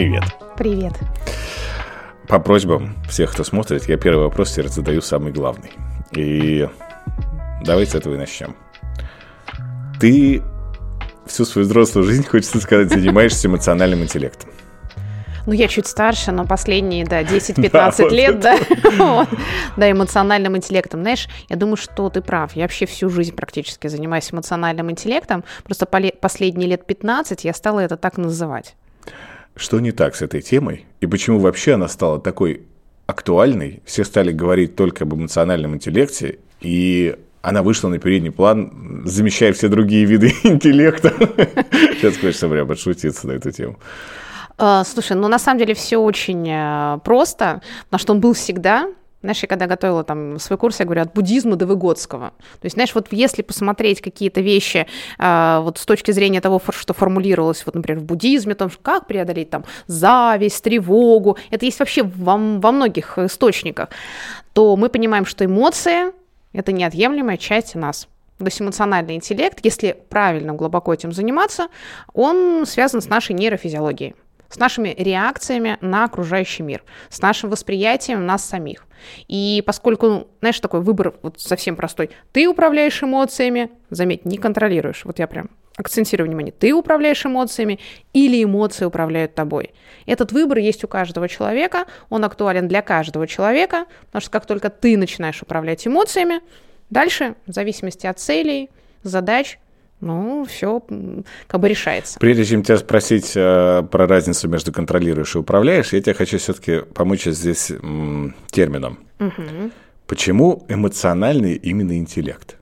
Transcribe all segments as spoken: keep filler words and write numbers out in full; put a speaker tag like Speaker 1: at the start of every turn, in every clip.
Speaker 1: Привет.
Speaker 2: Привет.
Speaker 1: По просьбам всех, кто смотрит, я первый вопрос тебе задаю самый главный. И давай с этого и начнем. Ты всю свою взрослую жизнь, хочется сказать, занимаешься эмоциональным интеллектом.
Speaker 2: Ну, я чуть старше, но последние, да, десять-пятнадцать да, лет, вот да, вот, да, эмоциональным интеллектом. Знаешь, я думаю, что ты прав. Я вообще всю жизнь практически занимаюсь эмоциональным интеллектом. Просто последние лет пятнадцать я стала это так называть.
Speaker 1: Что не так с этой темой? И почему вообще она стала такой актуальной? Все стали говорить только об эмоциональном интеллекте, и она вышла на передний план, замещая все другие виды интеллекта. Сейчас хочется прям отшутиться на эту тему.
Speaker 2: Слушай, ну на самом деле все очень просто, потому что он был всегда. Знаешь, я когда готовила там свой курс, я говорю, от буддизма до Выготского. То есть, знаешь, вот если посмотреть какие-то вещи э, вот с точки зрения того, что формулировалось, вот, например, в буддизме, том, как преодолеть там зависть, тревогу, это есть вообще во, во многих источниках, то мы понимаем, что эмоции – это неотъемлемая часть нас. То есть эмоциональный интеллект, если правильно, глубоко этим заниматься, он связан с нашей нейрофизиологией, с нашими реакциями на окружающий мир, с нашим восприятием нас самих. И поскольку, знаешь, такой выбор вот совсем простой, ты управляешь эмоциями, заметь, не контролируешь, вот я прям акцентирую внимание, ты управляешь эмоциями или эмоции управляют тобой. Этот выбор есть у каждого человека, он актуален для каждого человека, потому что как только ты начинаешь управлять эмоциями, дальше, в зависимости от целей, задач, ну, все как бы решается.
Speaker 1: Прежде чем тебя спросить э, про разницу между контролируешь и управляешь, я тебе хочу все-таки помочь здесь м, термином. Угу. Почему эмоциональный именно интеллект?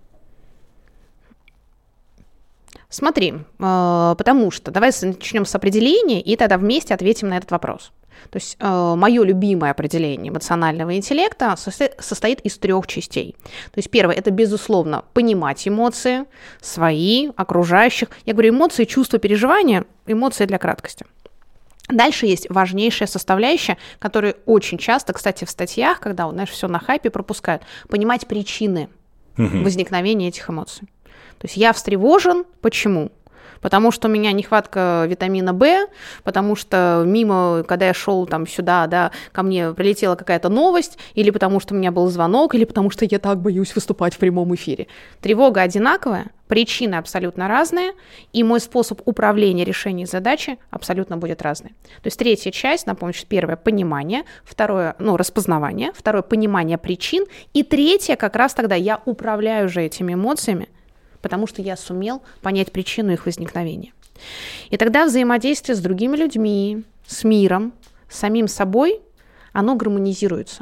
Speaker 2: Смотри, э, потому что, давай начнем с определения, и тогда вместе ответим на этот вопрос. То есть э, мое любимое определение эмоционального интеллекта состо- состоит из трех частей. То есть первое – это, безусловно, понимать эмоции, свои, окружающих. Я говорю, эмоции, чувства, переживания, эмоции для краткости. Дальше есть важнейшая составляющая, которая очень часто, кстати, в статьях, когда, вот, знаешь, все на хайпе пропускают, понимать причины mm-hmm. возникновения этих эмоций. То есть я встревожен, почему? Потому что у меня нехватка витамина В, потому что мимо, когда я шел там сюда, да, ко мне прилетела какая-то новость, или потому что у меня был звонок, или потому что я так боюсь выступать в прямом эфире. Тревога одинаковая, причины абсолютно разные, и мой способ управления решением задачи абсолютно будет разный. То есть третья часть, напомню, первое – понимание, второе – ну, распознавание, второе – понимание причин, и третье – как раз тогда я управляю уже этими эмоциями, потому что я сумел понять причину их возникновения. И тогда взаимодействие с другими людьми, с миром, с самим собой, оно гармонизируется.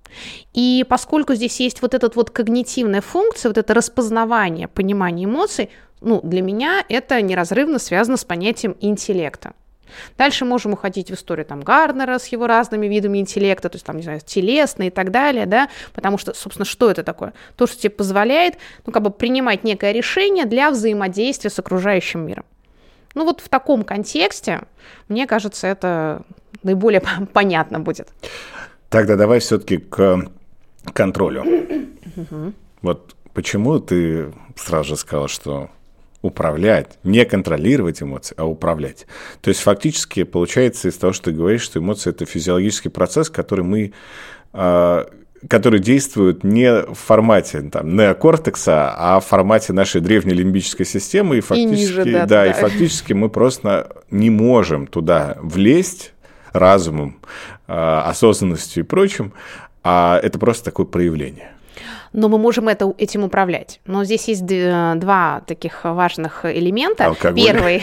Speaker 2: И поскольку здесь есть вот эта вот когнитивная функция, вот это распознавание, понимание эмоций, ну, для меня это неразрывно связано с понятием интеллекта. Дальше можем уходить в историю там, Гарднера с его разными видами интеллекта, то есть, там, не знаю, телесный и так далее, да, потому что, собственно, что это такое? То, что тебе позволяет, ну, как бы принимать некое решение для взаимодействия с окружающим миром. Ну, вот в таком контексте, мне кажется, это наиболее понятно будет.
Speaker 1: Тогда давай все-таки к контролю. Угу. Вот почему ты сразу же сказала, что управлять, не контролировать эмоции, а управлять. То есть фактически получается из того, что ты говоришь, что эмоции – это физиологический процесс, который мы, э, который действует не в формате там, неокортекса, а в формате нашей древней лимбической системы. И фактически,
Speaker 2: и ниже, да,
Speaker 1: да, и фактически мы просто не можем туда влезть разумом, э, осознанностью и прочим, а это просто такое проявление.
Speaker 2: Но мы можем это, этим управлять. Но здесь есть два таких важных элемента.
Speaker 1: Алкоголь.
Speaker 2: Первый.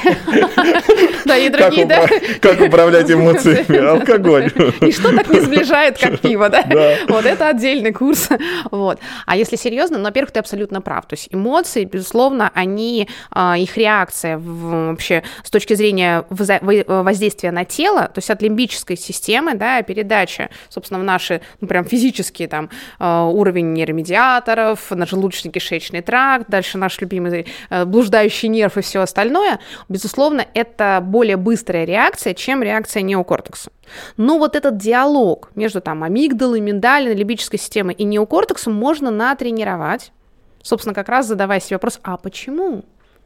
Speaker 2: Да, и другие, да.
Speaker 1: Как управлять эмоциями? Алкоголь.
Speaker 2: И что так не сближает, как пиво, да? Вот это отдельный курс. Вот. А если серьезно, ну, во-первых, ты абсолютно прав. То есть эмоции, безусловно, они, их реакция вообще с точки зрения воздействия на тело, то есть от лимбической системы, да, передача, собственно, в наши, ну, прям физический там уровень нейромедиаторов, наш желудочно-кишечный тракт, дальше наш любимый блуждающий нерв и все остальное, безусловно, это более быстрая реакция, чем реакция неокортекса. Но вот этот диалог между там амигдалой, миндалиной, лимбической системой и неокортексом можно натренировать, собственно, как раз задавая себе вопрос, а почему?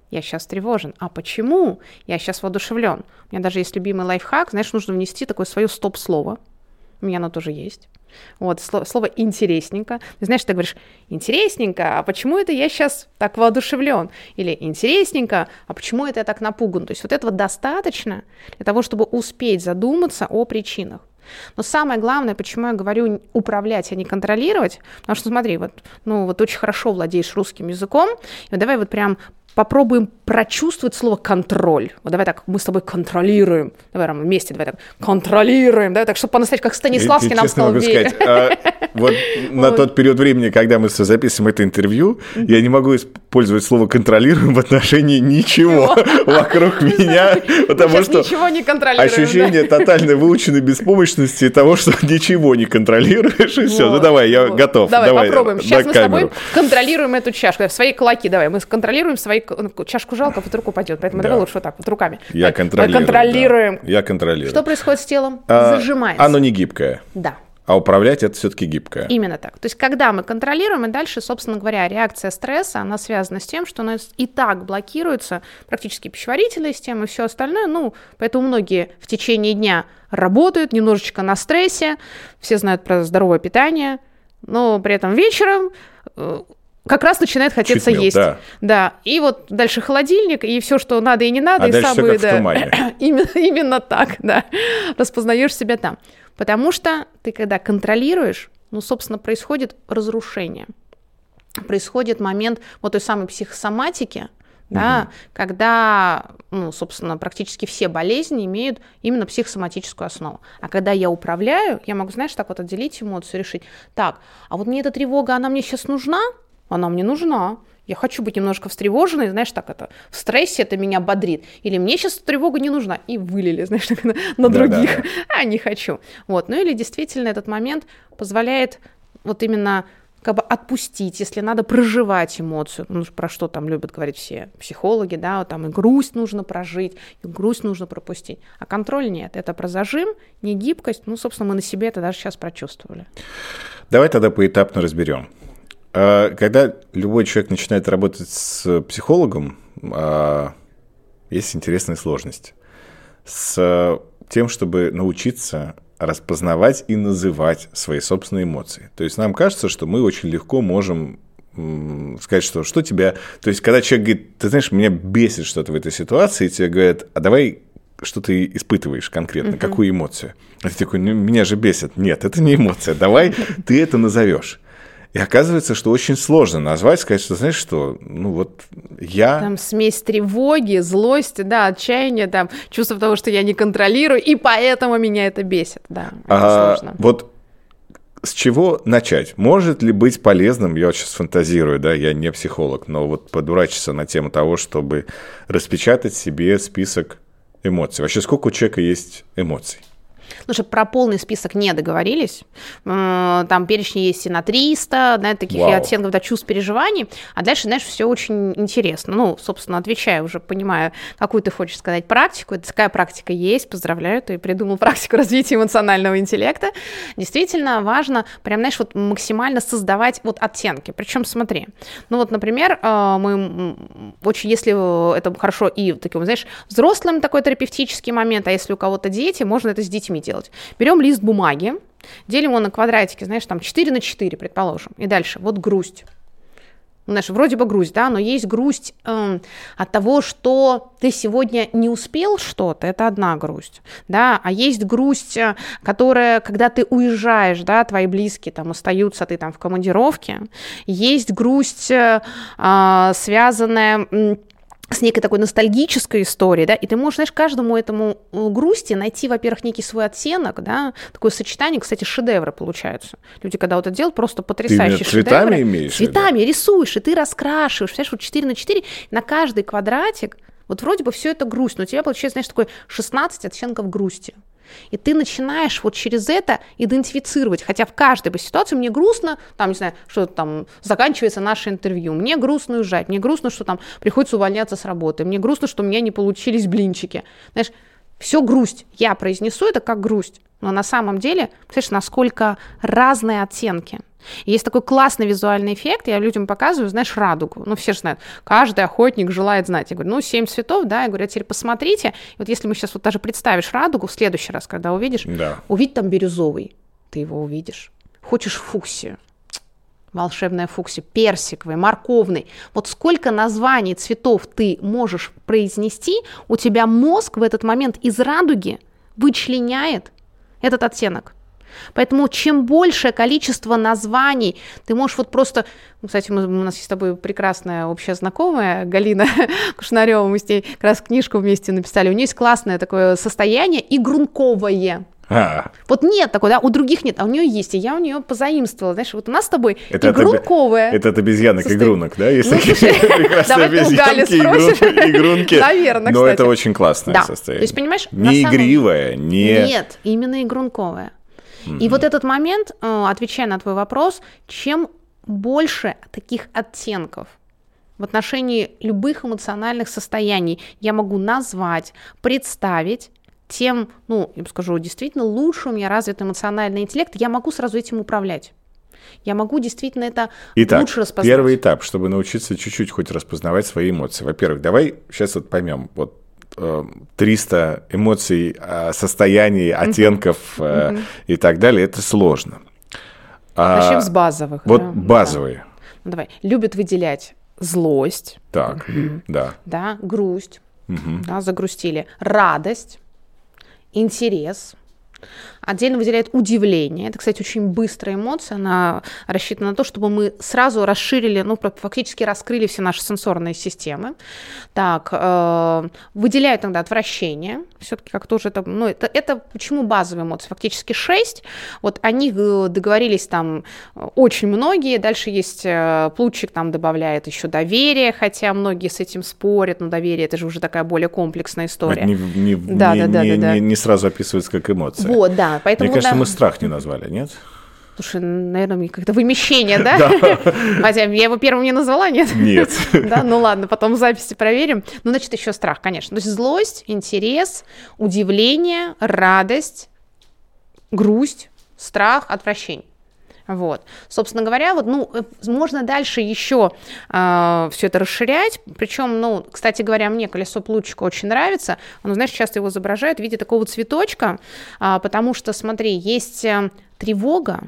Speaker 2: Я сейчас встревожен. А почему? Я сейчас воодушевлен. У меня даже есть любимый лайфхак. Знаешь, нужно внести такое свое стоп-слово. У меня оно тоже есть. Вот, слово, слово «интересненько». Ты знаешь, ты говоришь «интересненько, а почему это я сейчас так воодушевлен?» Или «интересненько, а почему это я так напуган?» То есть вот этого достаточно для того, чтобы успеть задуматься о причинах. Но самое главное, почему я говорю управлять, а не контролировать, потому что, смотри, вот, ну, вот очень хорошо владеешь русским языком, и вот давай вот прям попробуем прочувствовать слово «контроль». Вот давай так, мы с тобой контролируем. Давай, Рома, вместе давай так, контролируем. Давай так, чтобы по-настоящему, как Станиславский нам сказал.
Speaker 1: Честно могу сказать, а, вот на тот период времени, когда мы записываем это интервью, я не могу использовать слово «контролируем» в отношении ничего вокруг меня, потому что ощущение тотальной выученной беспомощности и того, что ничего не контролируешь, и все. Ну давай, я готов.
Speaker 2: Давай попробуем. Сейчас мы с тобой контролируем эту чашку. В свои кулаки давай, мы контролируем свои... Чашку жалко, вот руку упадет, поэтому да. давай лучше вот так, вот руками.
Speaker 1: Я
Speaker 2: так,
Speaker 1: контролирую.
Speaker 2: контролируем.
Speaker 1: Да. Я контролирую.
Speaker 2: Что происходит с телом? А, Зажимается.
Speaker 1: Оно не гибкое.
Speaker 2: Да.
Speaker 1: А управлять это все-таки гибкое.
Speaker 2: Именно так. То есть, когда мы контролируем, и дальше, собственно говоря, реакция стресса, она связана с тем, что у нас и так блокируется практически пищеварительная система и все остальное. Ну, поэтому многие в течение дня работают немножечко на стрессе, все знают про здоровое питание, но при этом вечером как раз начинает хотеться
Speaker 1: Чуть
Speaker 2: есть.
Speaker 1: Мел, да.
Speaker 2: да. И вот дальше холодильник, и все, что надо и не надо,
Speaker 1: а
Speaker 2: и
Speaker 1: дальше
Speaker 2: самые,
Speaker 1: все как
Speaker 2: да,
Speaker 1: в тумане.
Speaker 2: именно, именно так, да. Распознаешь себя там. Потому что ты, когда контролируешь, ну, собственно, происходит разрушение. Происходит момент вот той самой психосоматики, да, угу. когда, ну, собственно, практически все болезни имеют именно психосоматическую основу. А когда я управляю, я могу, знаешь, так вот отделить эмоцию, решить, так, а вот мне эта тревога, она мне сейчас нужна? Она мне нужна. Я хочу быть немножко встревоженной, знаешь, так это, в стрессе это меня бодрит. Или мне сейчас тревога не нужна. И вылили, знаешь, так, на, на других. Да, да, да. А, не хочу. Вот. Ну или действительно этот момент позволяет вот именно как бы отпустить, если надо проживать эмоцию. Ну, про что там любят говорить все психологи, да, вот там и грусть нужно прожить, и грусть нужно пропустить. А контроль нет. Это про зажим, не гибкость. Ну, собственно, мы на себе это даже сейчас прочувствовали.
Speaker 1: Давай тогда поэтапно разберем. Когда любой человек начинает работать с психологом, есть интересная сложность. С тем, чтобы научиться распознавать и называть свои собственные эмоции. То есть нам кажется, что мы очень легко можем сказать, что что тебя... То есть когда человек говорит, ты знаешь, меня бесит что-то в этой ситуации, и тебе говорят, а давай, что ты испытываешь конкретно, uh-huh. какую эмоцию? А ты такой, ну, меня же бесит. Нет, это не эмоция, давай ты это назовешь. И оказывается, что очень сложно назвать, сказать, что, знаешь, что, ну вот я...
Speaker 2: Там смесь тревоги, злости, да, отчаяния, там, чувство того, что я не контролирую, и поэтому меня это бесит, да, это
Speaker 1: а,
Speaker 2: сложно.
Speaker 1: Вот с чего начать? Может ли быть полезным, я вот сейчас фантазирую, да, я не психолог, но вот подурачиться на тему того, чтобы распечатать себе список эмоций. Вообще, сколько у человека есть эмоций?
Speaker 2: Слушай, про полный список не договорились. Там перечни есть и на триста, да, таких и оттенков, да, чувств, переживаний. А дальше, знаешь, все очень интересно. Ну, собственно, отвечая уже, понимая, какую ты хочешь сказать практику. Такая практика есть, поздравляю, ты придумал практику развития эмоционального интеллекта. Действительно важно, прям, знаешь, вот максимально создавать вот оттенки. Причем, смотри, ну вот, например, мы очень, если это хорошо и таким, знаешь, взрослым такой терапевтический момент, а если у кого-то дети, можно это с детьми делать. Берем лист бумаги, делим его на квадратики, знаешь, там четыре на четыре, предположим. И дальше, вот грусть. Знаешь, вроде бы грусть, да, но есть грусть э, от того, что ты сегодня не успел что-то, это одна грусть, да, а есть грусть, которая, когда ты уезжаешь, да, твои близкие там остаются, ты там в командировке, есть грусть, э, связанная... с некой такой ностальгической историей, да, и ты можешь, знаешь, каждому этому грусти найти, во-первых, некий свой оттенок, да, такое сочетание, кстати, шедевры получаются. Люди, когда вот это делают, просто потрясающие шедевры. Ты
Speaker 1: цветами имеешь?
Speaker 2: Цветами, да? Рисуешь, и ты раскрашиваешь, знаешь, вот четыре на четыре, на каждый квадратик, вот вроде бы все это грусть, но у тебя получается, знаешь, такой шестнадцать оттенков грусти. И ты начинаешь вот через это идентифицировать, хотя в каждой бы ситуации мне грустно, там, не знаю, что там заканчивается наше интервью, мне грустно уезжать, мне грустно, что там приходится увольняться с работы, мне грустно, что у меня не получились блинчики. Знаешь, все грусть. Я произнесу это как грусть, но на самом деле, представляешь, насколько разные оттенки. И есть такой классный визуальный эффект, я людям показываю, знаешь, радугу. Ну, все же знают, каждый охотник желает знать. Я говорю, ну, семь цветов, да, я говорю, а теперь посмотрите. И вот если мы сейчас вот даже представишь радугу, в следующий раз, когда увидишь,
Speaker 1: да.
Speaker 2: увидь там бирюзовый, ты его увидишь. Хочешь фуксию, волшебная фуксия, персиковый, морковный. Вот сколько названий цветов ты можешь произнести, у тебя мозг в этот момент из радуги вычленяет этот оттенок. Поэтому чем большее количество названий, ты можешь вот просто... Кстати, мы, у нас есть с тобой прекрасная общая знакомая, Галина Кушнарева, мы с ней как раз книжку вместе написали. У нее есть классное такое состояние игрунковое.
Speaker 1: А.
Speaker 2: Вот нет такой, да, у других нет, а у нее есть, и я у нее позаимствовала. Знаешь, вот у нас с тобой
Speaker 1: это
Speaker 2: игрунковое.
Speaker 1: Это от обезьянок-игрунок, да? Есть
Speaker 2: ну,
Speaker 1: такие прекрасные обезьянки, игрунки.
Speaker 2: Наверное,
Speaker 1: но это очень классное
Speaker 2: да.
Speaker 1: состояние.
Speaker 2: То есть, понимаешь,
Speaker 1: не игривое, самом... не...
Speaker 2: Нет, именно игрунковое. Mm-hmm. И вот этот момент, отвечая на твой вопрос, чем больше таких оттенков в отношении любых эмоциональных состояний я могу назвать, представить, тем, ну, я бы скажу, действительно лучше у меня развит эмоциональный интеллект, я могу сразу этим управлять. Я могу действительно это
Speaker 1: Итак,
Speaker 2: лучше распознать.
Speaker 1: Первый этап, чтобы научиться чуть-чуть хоть распознавать свои эмоции. Во-первых, давай сейчас вот поймем, вот триста эмоций, состояний, оттенков uh-huh. и так далее, это сложно.
Speaker 2: Начнем а, с базовых.
Speaker 1: Вот
Speaker 2: да?
Speaker 1: базовые.
Speaker 2: Да. Ну, давай. Любят выделять злость.
Speaker 1: Так, uh-huh. да.
Speaker 2: Да, грусть.
Speaker 1: Uh-huh.
Speaker 2: Да, загрустили. Радость. Интерес. Отдельно выделяет удивление. Это, кстати, очень быстрая эмоция. Она рассчитана на то, чтобы мы сразу расширили, ну, фактически раскрыли все наши сенсорные системы. Так, э, выделяет иногда отвращение. Все-таки как тоже это, ну, это, это почему базовые эмоции? Фактически шесть. Вот о них договорились там очень многие. Дальше есть Плутчик, там добавляет еще доверие, хотя многие с этим спорят, но доверие это же уже такая более комплексная история.
Speaker 1: Не, не,
Speaker 2: да,
Speaker 1: не,
Speaker 2: да, да,
Speaker 1: не,
Speaker 2: да, да.
Speaker 1: не сразу описывается как эмоция.
Speaker 2: Вот, да. Поэтому,
Speaker 1: мне кажется,
Speaker 2: да.
Speaker 1: мы страх не назвали, нет?
Speaker 2: Слушай, наверное, мне как-то вымещение, да? Хотя я его первым не назвала, нет?
Speaker 1: Нет.
Speaker 2: Да, ну ладно, потом в записи проверим. Ну, значит, еще страх, конечно. То есть злость, интерес, удивление, радость, грусть, страх, отвращение. Вот. Собственно говоря, вот, ну, можно дальше еще э, все это расширять. Причем, ну, кстати говоря, мне колесо Плутчика очень нравится. Оно, знаешь, часто его изображают в виде такого цветочка, э, потому что, смотри, есть э, тревога,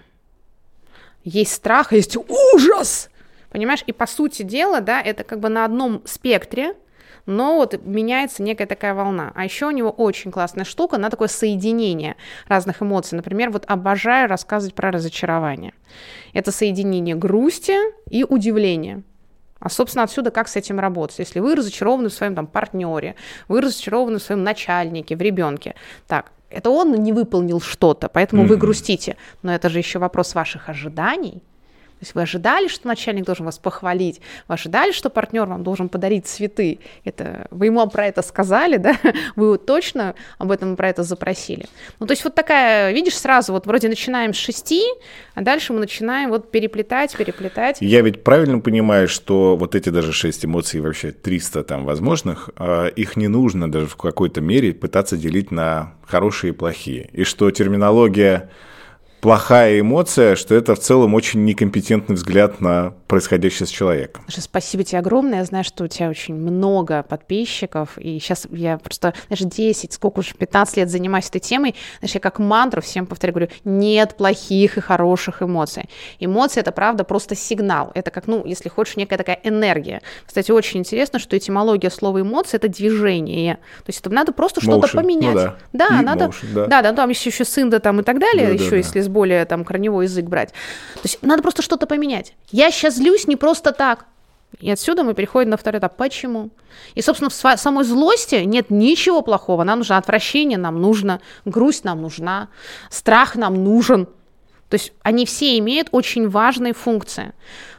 Speaker 2: есть страх, есть ужас. Понимаешь? И по сути дела, да, это как бы на одном спектре, но вот меняется некая такая волна. А еще у него очень классная штука на такое соединение разных эмоций. Например, вот обожаю рассказывать про разочарование. Это соединение грусти и удивления. А, собственно, отсюда как с этим работать? Если вы разочарованы в своем там партнере, вы разочарованы в своем начальнике, в ребенке. Так, это он не выполнил что-то, поэтому mm-hmm. вы грустите. Но это же еще вопрос ваших ожиданий. То есть вы ожидали, что начальник должен вас похвалить, вы ожидали, что партнер вам должен подарить цветы. Это, вы ему про это сказали, да? Вы точно об этом про это запросили. Ну, то есть вот такая, видишь, сразу вот вроде начинаем с шести, а дальше мы начинаем вот переплетать, переплетать.
Speaker 1: Я ведь правильно понимаю, что вот эти даже шесть эмоций, вообще триста там возможных, их не нужно даже в какой-то мере пытаться делить на хорошие и плохие. И что терминология... плохая эмоция, что это в целом очень некомпетентный взгляд на происходящее с человеком.
Speaker 2: Слушай, спасибо тебе огромное. Я знаю, что у тебя очень много подписчиков, и сейчас я просто, знаешь, десять, сколько уже, пятнадцать лет занимаюсь этой темой, знаешь, я как мантру всем повторяю, говорю, нет плохих и хороших эмоций. Эмоции – это, правда, просто сигнал. Это как, ну, если хочешь, некая такая энергия. Кстати, очень интересно, что этимология слова эмоции – это движение. То есть это надо просто что-то
Speaker 1: Motion.
Speaker 2: поменять.
Speaker 1: Ну, да,
Speaker 2: да надо.
Speaker 1: Motion, да.
Speaker 2: да, да, там еще, еще сында там и так далее,
Speaker 1: да,
Speaker 2: еще
Speaker 1: да,
Speaker 2: если
Speaker 1: да.
Speaker 2: более там корневой язык брать. То есть надо просто что-то поменять. Я сейчас злюсь не просто так. И отсюда мы переходим на второй этап. Почему? И, собственно, в самой злости нет ничего плохого. Нам нужно отвращение, нам нужно грусть, нам нужна, страх нам нужен. То есть они все имеют очень важные функции.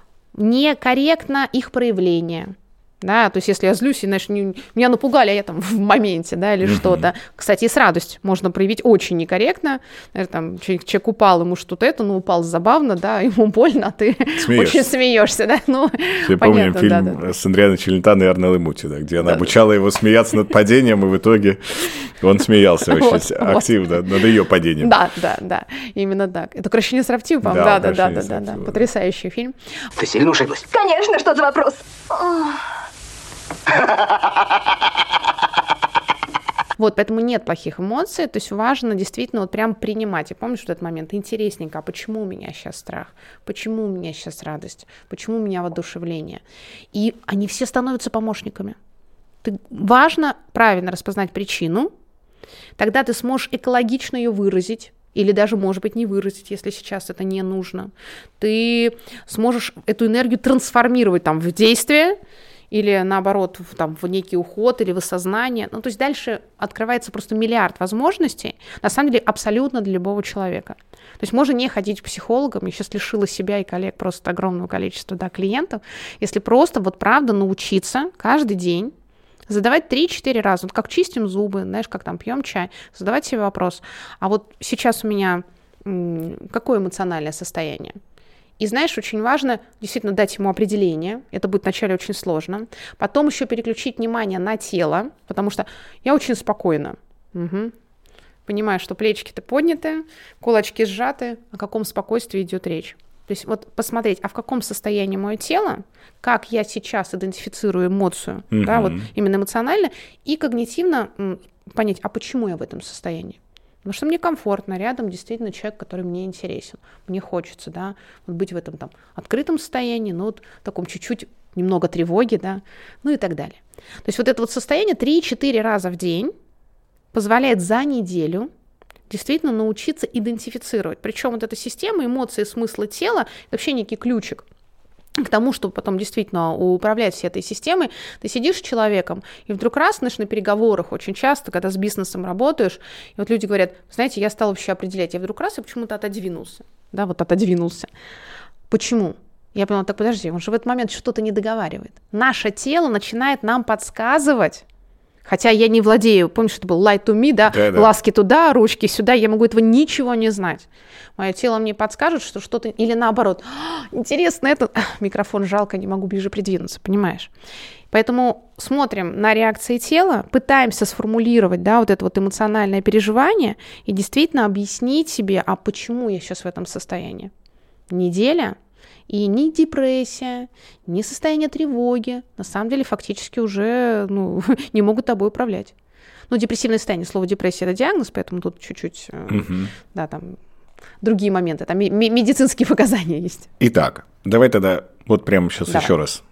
Speaker 2: Некорректно их проявление. Да, то есть если я злюсь, и, знаешь, не, меня напугали, а я там в моменте, да, или mm-hmm. что-то. Кстати, и с радостью можно проявить очень некорректно. Наверное, там человек, человек упал, ему что-то это, ну, упал забавно, да, ему больно, а ты смеешься. Очень смеешься, да. Ну,
Speaker 1: я помню фильм да, да, да. с Адриано Челентано и Арнеллой Мути, да, где она да, обучала да. его смеяться над падением, и в итоге Он смеялся очень активно над ее падением.
Speaker 2: Да, да, да, именно так. Это «Укрощение строптивого», по-моему. Да, да, да, да, да, да. Потрясающий фильм.
Speaker 3: Ты сильно ушиблась?
Speaker 4: Конечно, что за вопрос?
Speaker 2: Вот, поэтому нет плохих эмоций, то есть важно действительно вот прям принимать. И помнишь вот этот момент? Интересненько, а почему у меня сейчас страх? Почему у меня сейчас радость? Почему у меня воодушевление? И они все становятся помощниками. Ты, важно правильно распознать причину, тогда ты сможешь экологично ее выразить, или даже, может быть, не выразить, если сейчас это не нужно. Ты сможешь эту энергию трансформировать там, в действие, или наоборот, в, там, в некий уход или в осознание. Ну, то есть дальше открывается просто миллиард возможностей, на самом деле абсолютно для любого человека. То есть можно не ходить к психологам, я сейчас лишила себя и коллег просто огромного количества да, клиентов, если просто вот правда научиться каждый день задавать три-четыре раза, вот как чистим зубы, знаешь, как там пьем чай, задавать себе вопрос, а вот сейчас у меня м- какое эмоциональное состояние? И знаешь, очень важно действительно дать ему определение, это будет вначале очень сложно, потом еще переключить внимание на тело, потому что я очень спокойна, угу. Понимаю, что плечики-то подняты, кулачки сжаты, о каком спокойствии идет речь. То есть вот посмотреть, а в каком состоянии мое тело, как я сейчас идентифицирую эмоцию, mm-hmm. да, вот именно эмоционально, и когнитивно м, понять, а почему я в этом состоянии. Потому что мне комфортно, рядом действительно человек, который мне интересен. Мне хочется, да, вот быть в этом там открытом состоянии, но вот в таком чуть-чуть немного тревоги, да, ну и так далее. То есть вот это вот состояние три-четыре раза в день позволяет за неделю действительно научиться идентифицировать. Причем вот эта система эмоций, смысла тела, это вообще некий ключик к тому, чтобы потом действительно управлять всей этой системой. Ты сидишь с человеком, и вдруг раз, знаешь, на переговорах очень часто, когда с бизнесом работаешь, и вот люди говорят, знаете, я стал вообще определять, я вдруг раз и почему-то отодвинулся. Да, вот отодвинулся. Почему? Я поняла, так подожди, он же в этот момент что-то не договаривает. Наше тело начинает нам подсказывать, хотя я не владею, помнишь, это был light to me, да,
Speaker 1: да, да.
Speaker 2: глазки туда, ручки сюда, я могу этого ничего не знать. Мое тело мне подскажет, что что-то, или наоборот, интересно, это, микрофон жалко, не могу ближе придвинуться, понимаешь? Поэтому смотрим на реакции тела, пытаемся сформулировать, да, вот это вот эмоциональное переживание и действительно объяснить себе, а почему я сейчас в этом состоянии. Неделя. И ни депрессия, ни состояние тревоги, на самом деле, фактически уже ну, не могут тобой управлять. Ну, депрессивное состояние, слово депрессия – это диагноз, поэтому тут чуть-чуть, uh-huh. да, там, другие моменты, там медицинские показания есть.
Speaker 1: Итак, давай тогда вот прямо сейчас давай. Еще раз.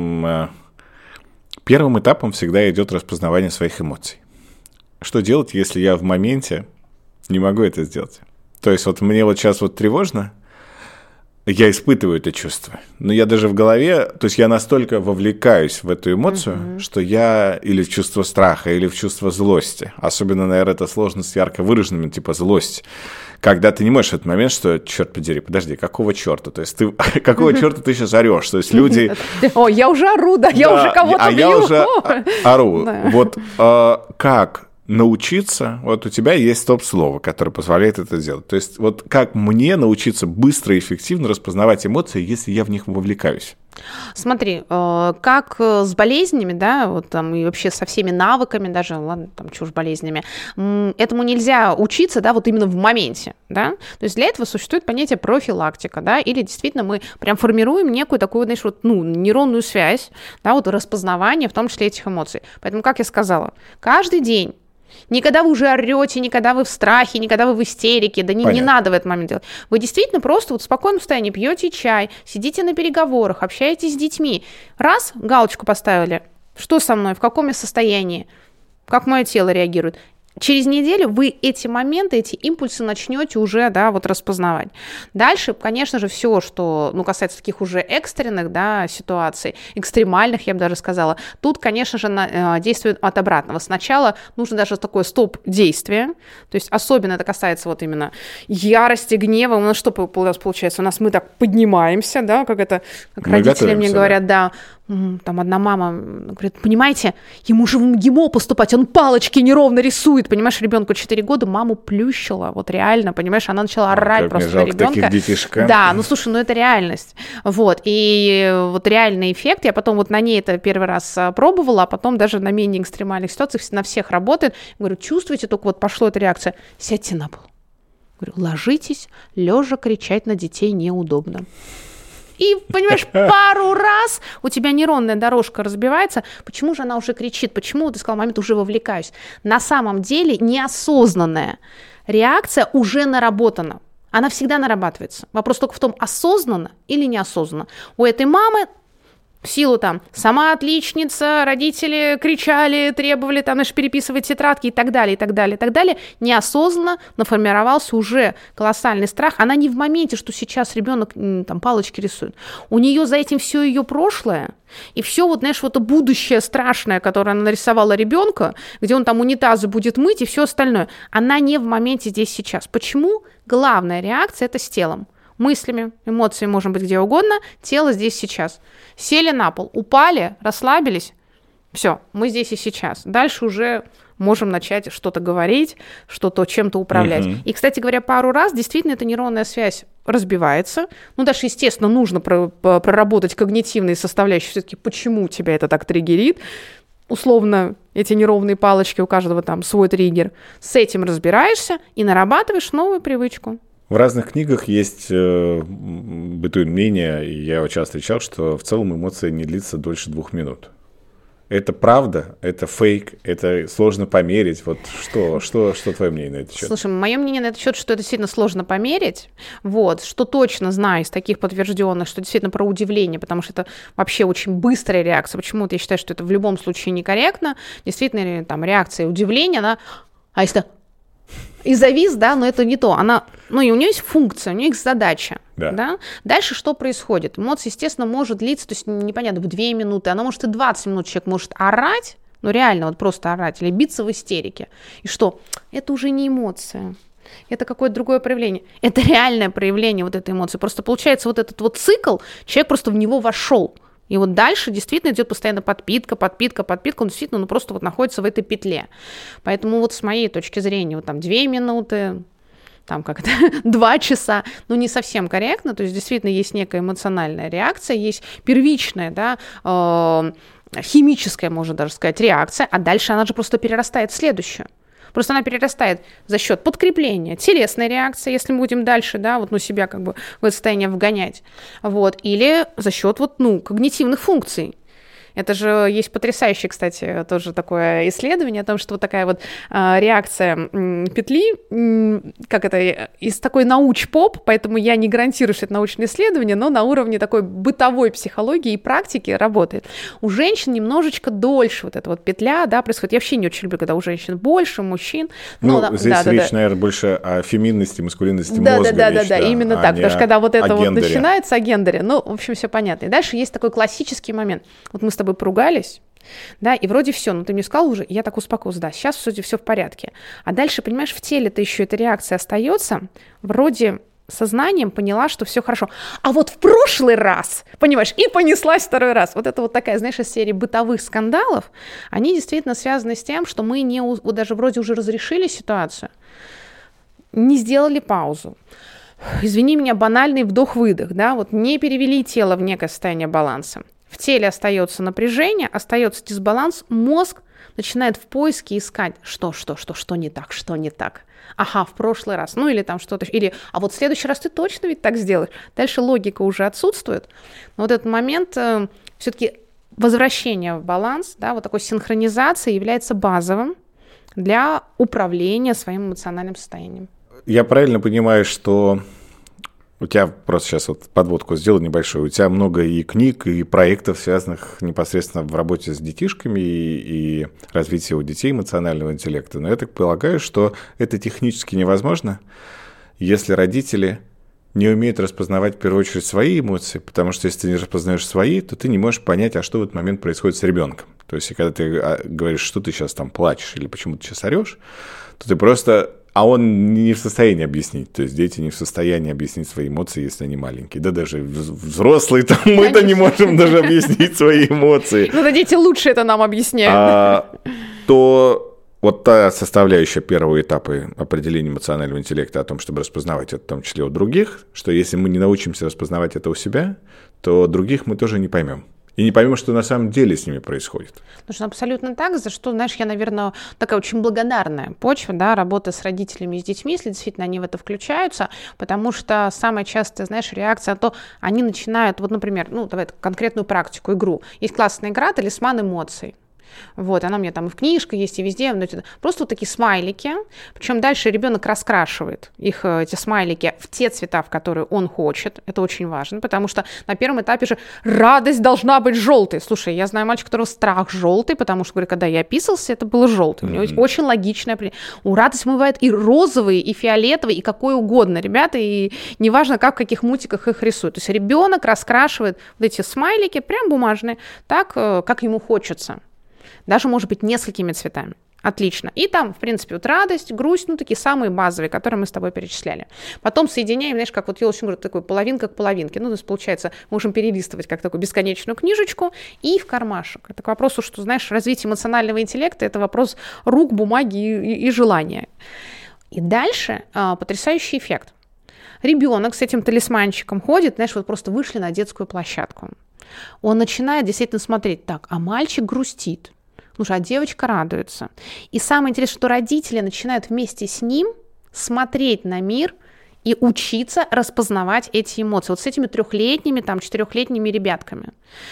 Speaker 1: Первым этапом всегда идет распознавание своих эмоций. Что делать, если я в моменте не могу это сделать? То есть вот мне вот сейчас вот тревожно, я испытываю это чувство, но я даже в голове, то есть я настолько вовлекаюсь в эту эмоцию, uh-huh. что я или в чувство страха, или в чувство злости. Особенно, наверное, это сложно с ярко выраженными, типа злость. Когда ты не можешь в этот момент, что, черт подери, подожди, какого черта? То есть ты, какого черта ты сейчас орешь? То есть люди...
Speaker 2: О, я уже ору, да, я уже кого-то бью.
Speaker 1: А я уже ору. Вот как... научиться, вот у тебя есть стоп-слово, которое позволяет это сделать. То есть вот как мне научиться быстро и эффективно распознавать эмоции, если я в них вовлекаюсь?
Speaker 2: Смотри, как с болезнями, да, вот там и вообще со всеми навыками, даже, ладно, там чушь болезнями, этому нельзя учиться, да, вот именно в моменте, да. То есть для этого существует понятие профилактика, да, или действительно мы прям формируем некую такую, знаешь, вот, ну, нейронную связь, да, вот распознавание, в том числе этих эмоций. Поэтому, как я сказала, каждый день, не когда вы уже орете, не когда вы в страхе, не когда вы в истерике, да не, не надо в этот момент делать. Вы действительно просто вот в спокойном состоянии пьете чай, сидите на переговорах, общаетесь с детьми. Раз, галочку поставили, что со мной, в каком я состоянии, как мое тело реагирует. Через неделю вы эти моменты, эти импульсы начнете уже, да, вот распознавать. Дальше, конечно же, все, что, ну, касается таких уже экстренных, да, ситуаций, экстремальных, я бы даже сказала, тут, конечно же, на, э, действует от обратного. Сначала нужно даже такое стоп-действие, то есть особенно это касается вот именно ярости, гнева. У нас что получается? У нас мы так поднимаемся, да, как это, как мы родители мне говорят, да. да, Там одна мама говорит, понимаете, ему же в МГИМО поступать, он палочки неровно рисует, понимаешь, ребенку четыре года, маму плющила, вот реально, понимаешь, она начала орать
Speaker 1: как
Speaker 2: просто на ребенка.
Speaker 1: Таких детишек.
Speaker 2: Да, ну слушай, ну это реальность, вот, и вот реальный эффект, я потом вот на ней это первый раз пробовала, а потом даже на менее экстремальных ситуациях на всех работает, говорю, чувствуете, только вот пошла эта реакция, сядьте на пол, говорю, ложитесь, лежа кричать на детей неудобно. И, понимаешь, пару раз у тебя нейронная дорожка разбивается. Почему же она уже кричит? Почему, ты сказал, момент уже вовлекаюсь? На самом деле неосознанная реакция уже наработана. Она всегда нарабатывается. Вопрос только в том, осознанно или неосознанно. У этой мамы в силу там сама отличница, родители кричали, требовали там, знаешь, переписывать тетрадки и так далее, и так далее, и так далее, неосознанно наформировался уже колоссальный страх. Она не в моменте, что сейчас ребенок там палочки рисует. У нее за этим все ее прошлое, и все вот, знаешь, вот это будущее страшное, которое она нарисовала ребенка, где он там унитазы будет мыть и все остальное. Она не в моменте здесь сейчас. Почему? Главная реакция – это с телом. Мыслями, эмоциями, может быть, где угодно, тело здесь сейчас. Сели на пол, упали, расслабились, все, мы здесь и сейчас. Дальше уже можем начать что-то говорить, что-то чем-то управлять. Mm-hmm. И, кстати говоря, пару раз действительно эта нейронная связь разбивается. Ну, даже, естественно, нужно проработать когнитивные составляющие, все-таки почему тебя это так триггерит. Условно, эти неровные палочки, у каждого там свой триггер. С этим разбираешься и нарабатываешь новую привычку.
Speaker 1: В разных книгах есть э, бытует мнение, и я его часто встречал, что в целом эмоция не длится дольше двух минут. Это правда? Это фейк? Это сложно померить? Вот что, что, что твое мнение на этот счет?
Speaker 2: Слушай, мое мнение на этот счет, что это действительно сложно померить. Вот, что точно знаю из таких подтвержденных, что действительно про удивление, потому что это вообще очень быстрая реакция. Почему-то я считаю, что это в любом случае некорректно. Действительно, там реакция удивления, она... А если... И завис, да, но это не то. Она, ну, и у нее есть функция, у нее есть задача.
Speaker 1: Да.
Speaker 2: Да? Дальше что происходит? Эмоция, естественно, может длиться, то есть непонятно, в две минуты, она может и двадцать минут, человек может орать, ну реально вот просто орать, или биться в истерике. И что? Это уже не эмоция. Это какое-то другое проявление. Это реальное проявление вот этой эмоции. Просто получается вот этот вот цикл, человек просто в него вошел. И вот дальше действительно идет постоянно подпитка, подпитка, подпитка, он действительно ну, просто вот находится в этой петле. Поэтому вот с моей точки зрения, вот там две минуты, там как-то два часа, ну не совсем корректно, то есть действительно есть некая эмоциональная реакция, есть первичная, да, э, химическая, можно даже сказать, реакция, а дальше она же просто перерастает в следующую. Просто она перерастает за счет подкрепления, телесной реакции, если мы будем дальше, да, вот, ну, себя как бы в это состояние вгонять, вот, или за счет вот, ну, когнитивных функций. Это же есть потрясающее, кстати, тоже такое исследование о том, что вот такая вот э, реакция э, петли, э, как это, из такой науч-поп, поэтому я не гарантирую, что это научное исследование, но на уровне такой бытовой психологии и практики работает. У женщин немножечко дольше вот эта вот петля, да, происходит. Я вообще не очень люблю, когда у женщин больше, мужчин.
Speaker 1: Ну,
Speaker 2: но,
Speaker 1: здесь
Speaker 2: да,
Speaker 1: речь,
Speaker 2: да, да.
Speaker 1: наверное, больше о феминности, маскулинности
Speaker 2: да,
Speaker 1: мозга.
Speaker 2: Да, да,
Speaker 1: речь,
Speaker 2: да, да, именно
Speaker 1: а
Speaker 2: так, потому что когда вот это вот
Speaker 1: гендере.
Speaker 2: начинается о гендере, ну, в общем, все понятно. И дальше есть такой классический момент. Вот мы с тобой поругались, да, и вроде все, ну ты мне сказал уже, я так успокоилась, да, сейчас вроде все в порядке. А дальше, понимаешь, в теле-то еще эта реакция остается, вроде сознанием поняла, что все хорошо. А вот в прошлый раз, понимаешь, и понеслась второй раз. Вот это вот такая, знаешь, из серии бытовых скандалов, они действительно связаны с тем, что мы не, вот даже вроде уже разрешили ситуацию, не сделали паузу. Извини меня, банальный вдох-выдох, да, вот не перевели тело в некое состояние баланса. В теле остается напряжение, остается дисбаланс, мозг начинает в поиске искать, что, что, что, что не так, что не так. Ага, в прошлый раз, ну или там что-то, или, а вот в следующий раз ты точно ведь так сделаешь. Дальше логика уже отсутствует. Но вот этот момент э, все-таки возвращения в баланс, да, вот такой синхронизации является базовым для управления своим эмоциональным состоянием.
Speaker 1: Я правильно понимаю, что... У тебя просто сейчас вот подводку сделал небольшую. У тебя много и книг, и проектов, связанных непосредственно в работе с детишками и, и развитии у детей эмоционального интеллекта. Но я так полагаю, что это технически невозможно, если родители не умеют распознавать в первую очередь свои эмоции, потому что если ты не распознаешь свои, то ты не можешь понять, а что в этот момент происходит с ребенком. То есть, когда ты говоришь, что ты сейчас там плачешь или почему ты сейчас орешь, то ты просто а он не в состоянии объяснить. То есть дети не в состоянии объяснить свои эмоции, если они маленькие. Да даже взрослые, там, мы-то не можем даже объяснить свои эмоции.
Speaker 2: Ну да дети лучше это нам объясняют.
Speaker 1: А, то вот та составляющая первого этапа определения эмоционального интеллекта о том, чтобы распознавать это в том числе у других, что если мы не научимся распознавать это у себя, то других мы тоже не поймем. И не поймем, что на самом деле с ними происходит.
Speaker 2: Ну, что абсолютно так, за что, знаешь, я, наверное, такая очень благодарная почва, да, работа с родителями и с детьми, если действительно они в это включаются, потому что самая частая, знаешь, реакция, то они начинают, вот, например, ну, давай конкретную практику, игру. Есть классная игра «Талисман эмоций». Вот, она у меня там и в книжке есть, и везде. Просто вот такие смайлики. Причем дальше ребенок раскрашивает их, эти смайлики, в те цвета, в которые он хочет. Это очень важно, потому что на первом этапе же радость должна быть желтой. Слушай, я знаю мальчика, у которого страх желтый, потому что, говорю, когда я описался, это было желтый. У него mm-hmm. очень логичное определение. У радости бывают и розовые, и фиолетовые, и какой угодно, ребята, и неважно, как в каких мультиках их рисуют. То есть ребенок раскрашивает вот эти смайлики, прям бумажные, так, как ему хочется. Даже, может быть, несколькими цветами. Отлично. И там, в принципе, вот радость, грусть, ну, такие самые базовые, которые мы с тобой перечисляли. Потом соединяем, знаешь, как вот я очень говорю, такой половинка к половинке. Ну, то есть, получается, можем перелистывать как такую бесконечную книжечку и в кармашек. Это к вопросу, что, знаешь, развитие эмоционального интеллекта – это вопрос рук, бумаги и, и, и желания. И дальше а, потрясающий эффект. Ребенок с этим талисманчиком ходит, знаешь, вот просто вышли на детскую площадку. Он начинает действительно смотреть, так, а мальчик грустит. Слушай, а девочка радуется. И самое интересное, что родители начинают вместе с ним смотреть на мир и учиться распознавать эти эмоции. Вот с этими трехлетними, там, четырехлетними ребятками.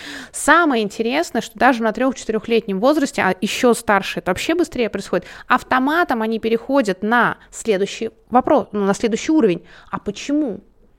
Speaker 2: Самое интересное, что даже на трех-четырехлетнем возрасте, а еще старше, это вообще быстрее происходит, автоматом они переходят на следующий вопрос, ну, на следующий уровень. А почему?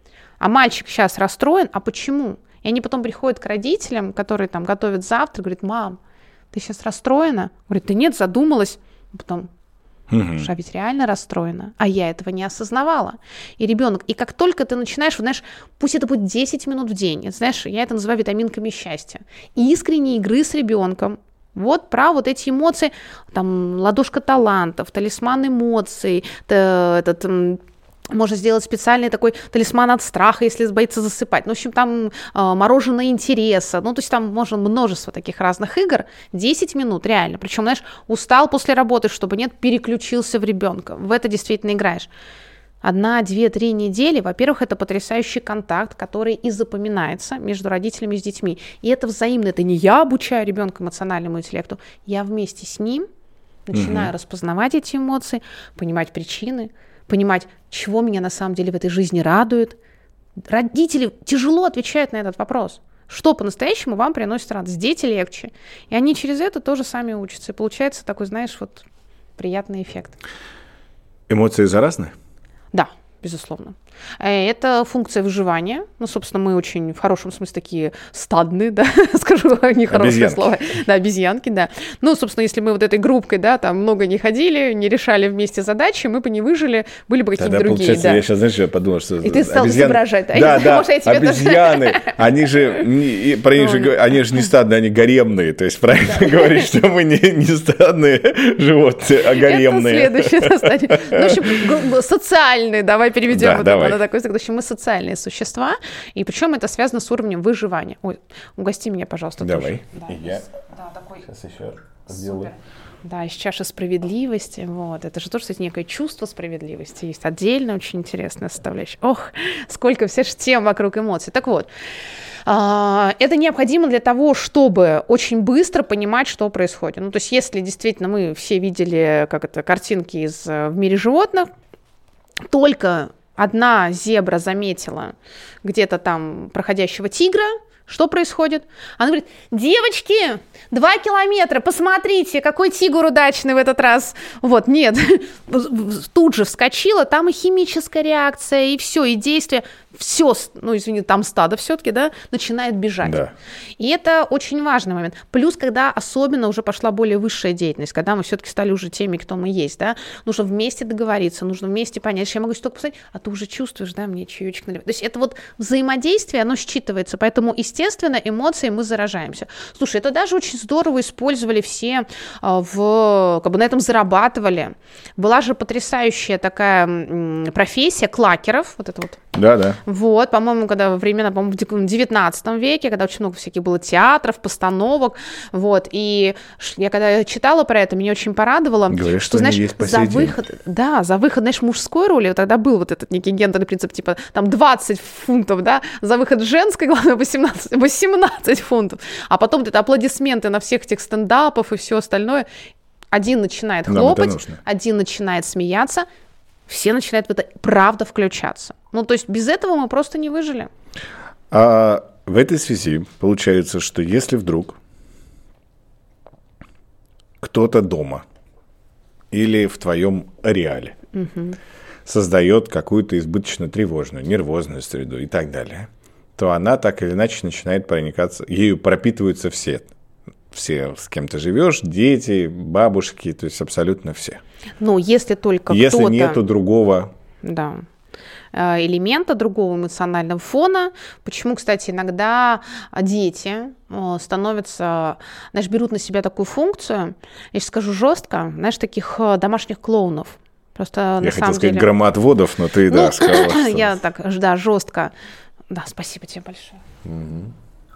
Speaker 2: А мальчик сейчас расстроен, а почему? И они потом приходят к родителям, которые там готовят завтрак, говорят, мам, ты сейчас расстроена? Говорит, да нет, задумалась. Потом, угу. а ведь реально расстроена. А я этого не осознавала. И ребенок, и как только ты начинаешь, вот, знаешь, пусть это будет десять минут в день, это, знаешь, я это называю витаминками счастья, и искренней игры с ребенком, вот про вот эти эмоции, там, ладошка талантов, талисман эмоций, этот... Можно сделать специальный такой талисман от страха, если боится засыпать. Ну, в общем, там э, мороженое интереса. Ну, то есть там можно множество таких разных игр. десять минут, реально. Причем, знаешь, устал после работы, чтобы нет, переключился в ребенка. В это действительно играешь. Одна, две, три недели, во-первых, это потрясающий контакт, который и запоминается между родителями и с детьми. И это взаимно. Это не я обучаю ребенка эмоциональному интеллекту, я вместе с ним начинаю угу. распознавать эти эмоции, понимать причины, понимать, чего меня на самом деле в этой жизни радует. Родители тяжело отвечают на этот вопрос. Что по-настоящему вам приносит радость? Дети легче. И они через это тоже сами учатся. И получается такой, знаешь, вот приятный эффект.
Speaker 1: Эмоции заразны?
Speaker 2: Да, безусловно. Это функция выживания. Ну, собственно, мы очень в хорошем смысле такие стадные, да, скажу нехорошее слово. Да, обезьянки, да. Ну, собственно, если мы вот этой группкой, да, там много не ходили, не решали вместе задачи, мы бы не выжили, были бы какие-то другие. Получается,
Speaker 1: да. Я сейчас, знаешь, я подумал, что...
Speaker 2: И ты стал
Speaker 1: обезьяны...
Speaker 2: изображать. Да,
Speaker 1: да, да, может, обезьяны, они же, про них же, они же не стадные, они гаремные. То есть правильно да. говорить, что мы не, не стадные животные, а гаремные.
Speaker 2: Это следующее стадия. Ну, в общем, социальные, давай переведем
Speaker 1: да,
Speaker 2: вот
Speaker 1: давай.
Speaker 2: это на такой язык. В общем, мы социальные существа, и причем это связано с уровнем выживания. Ой, угости меня, пожалуйста,
Speaker 1: давай.
Speaker 2: Тоже. Да,
Speaker 1: я
Speaker 2: да, такой...
Speaker 1: сейчас еще сделаю.
Speaker 2: Да, из чаши справедливости. Вот. Это же тоже, кстати, некое чувство справедливости. Есть отдельно очень интересная составляющая. Ох, сколько все же тем вокруг эмоций. Так вот, это необходимо для того, чтобы очень быстро понимать, что происходит. Ну, то есть, если действительно мы все видели, как это, картинки из «В мире животных», только одна зебра заметила где-то там проходящего тигра, что происходит? Она говорит, девочки, два километра, посмотрите, какой тигр удачный в этот раз. Вот, нет, тут же вскочила, там и химическая реакция, и все, и действие, все, ну, извини, там стадо все-таки, да, начинает бежать. Да. И это очень важный момент. Плюс, когда особенно уже пошла более высшая деятельность, когда мы все-таки стали уже теми, кто мы есть, да, нужно вместе договориться, нужно вместе понять, что я могу только посмотреть, а ты уже чувствуешь, да, мне чаечек наливать. То есть это вот взаимодействие, оно считывается, поэтому, естественно, естественно, эмоции мы заражаемся. Слушай, это даже очень здорово использовали все в, как бы на этом зарабатывали. Была же потрясающая такая профессия клакеров, вот это вот.
Speaker 1: Да, да.
Speaker 2: Вот, по-моему, когда во времена, по-моему, в девятнадцатом веке, когда очень много всяких было театров, постановок, вот, и я когда читала про это, меня очень порадовало.
Speaker 1: Говоришь,
Speaker 2: что,
Speaker 1: что
Speaker 2: знаешь,
Speaker 1: есть
Speaker 2: за выход, да, за выход, знаешь, мужской роли, вот тогда был вот этот некий гендерный принцип, типа, там, двадцать фунтов, да, за выход женской, главное, восемнадцать, восемнадцать фунтов, а потом это аплодисменты на всех этих стендапов и все остальное. Один начинает хлопать, один начинает смеяться, все начинают в это правда включаться. Ну, то есть без этого мы просто не выжили.
Speaker 1: А в этой связи получается, что если вдруг кто-то дома или в твоем ареале угу. создает какую-то избыточно тревожную, нервозную среду и так далее, то она так или иначе начинает проникаться, ею пропитываются все. Все, с кем ты живешь, дети, бабушки, то есть абсолютно все.
Speaker 2: Ну, если только
Speaker 1: если
Speaker 2: кто-то...
Speaker 1: Если нету другого...
Speaker 2: Да. элемента, другого эмоционального фона. Почему, кстати, иногда дети становятся, знаешь, берут на себя такую функцию, я сейчас скажу жестко, знаешь, таких домашних клоунов. Просто
Speaker 1: я
Speaker 2: на
Speaker 1: хотел
Speaker 2: самом
Speaker 1: сказать
Speaker 2: деле...
Speaker 1: громоотводов, но ты,
Speaker 2: ну,
Speaker 1: да, сказала, что...
Speaker 2: Я так, да, жестко. Да, спасибо тебе большое.
Speaker 1: Угу.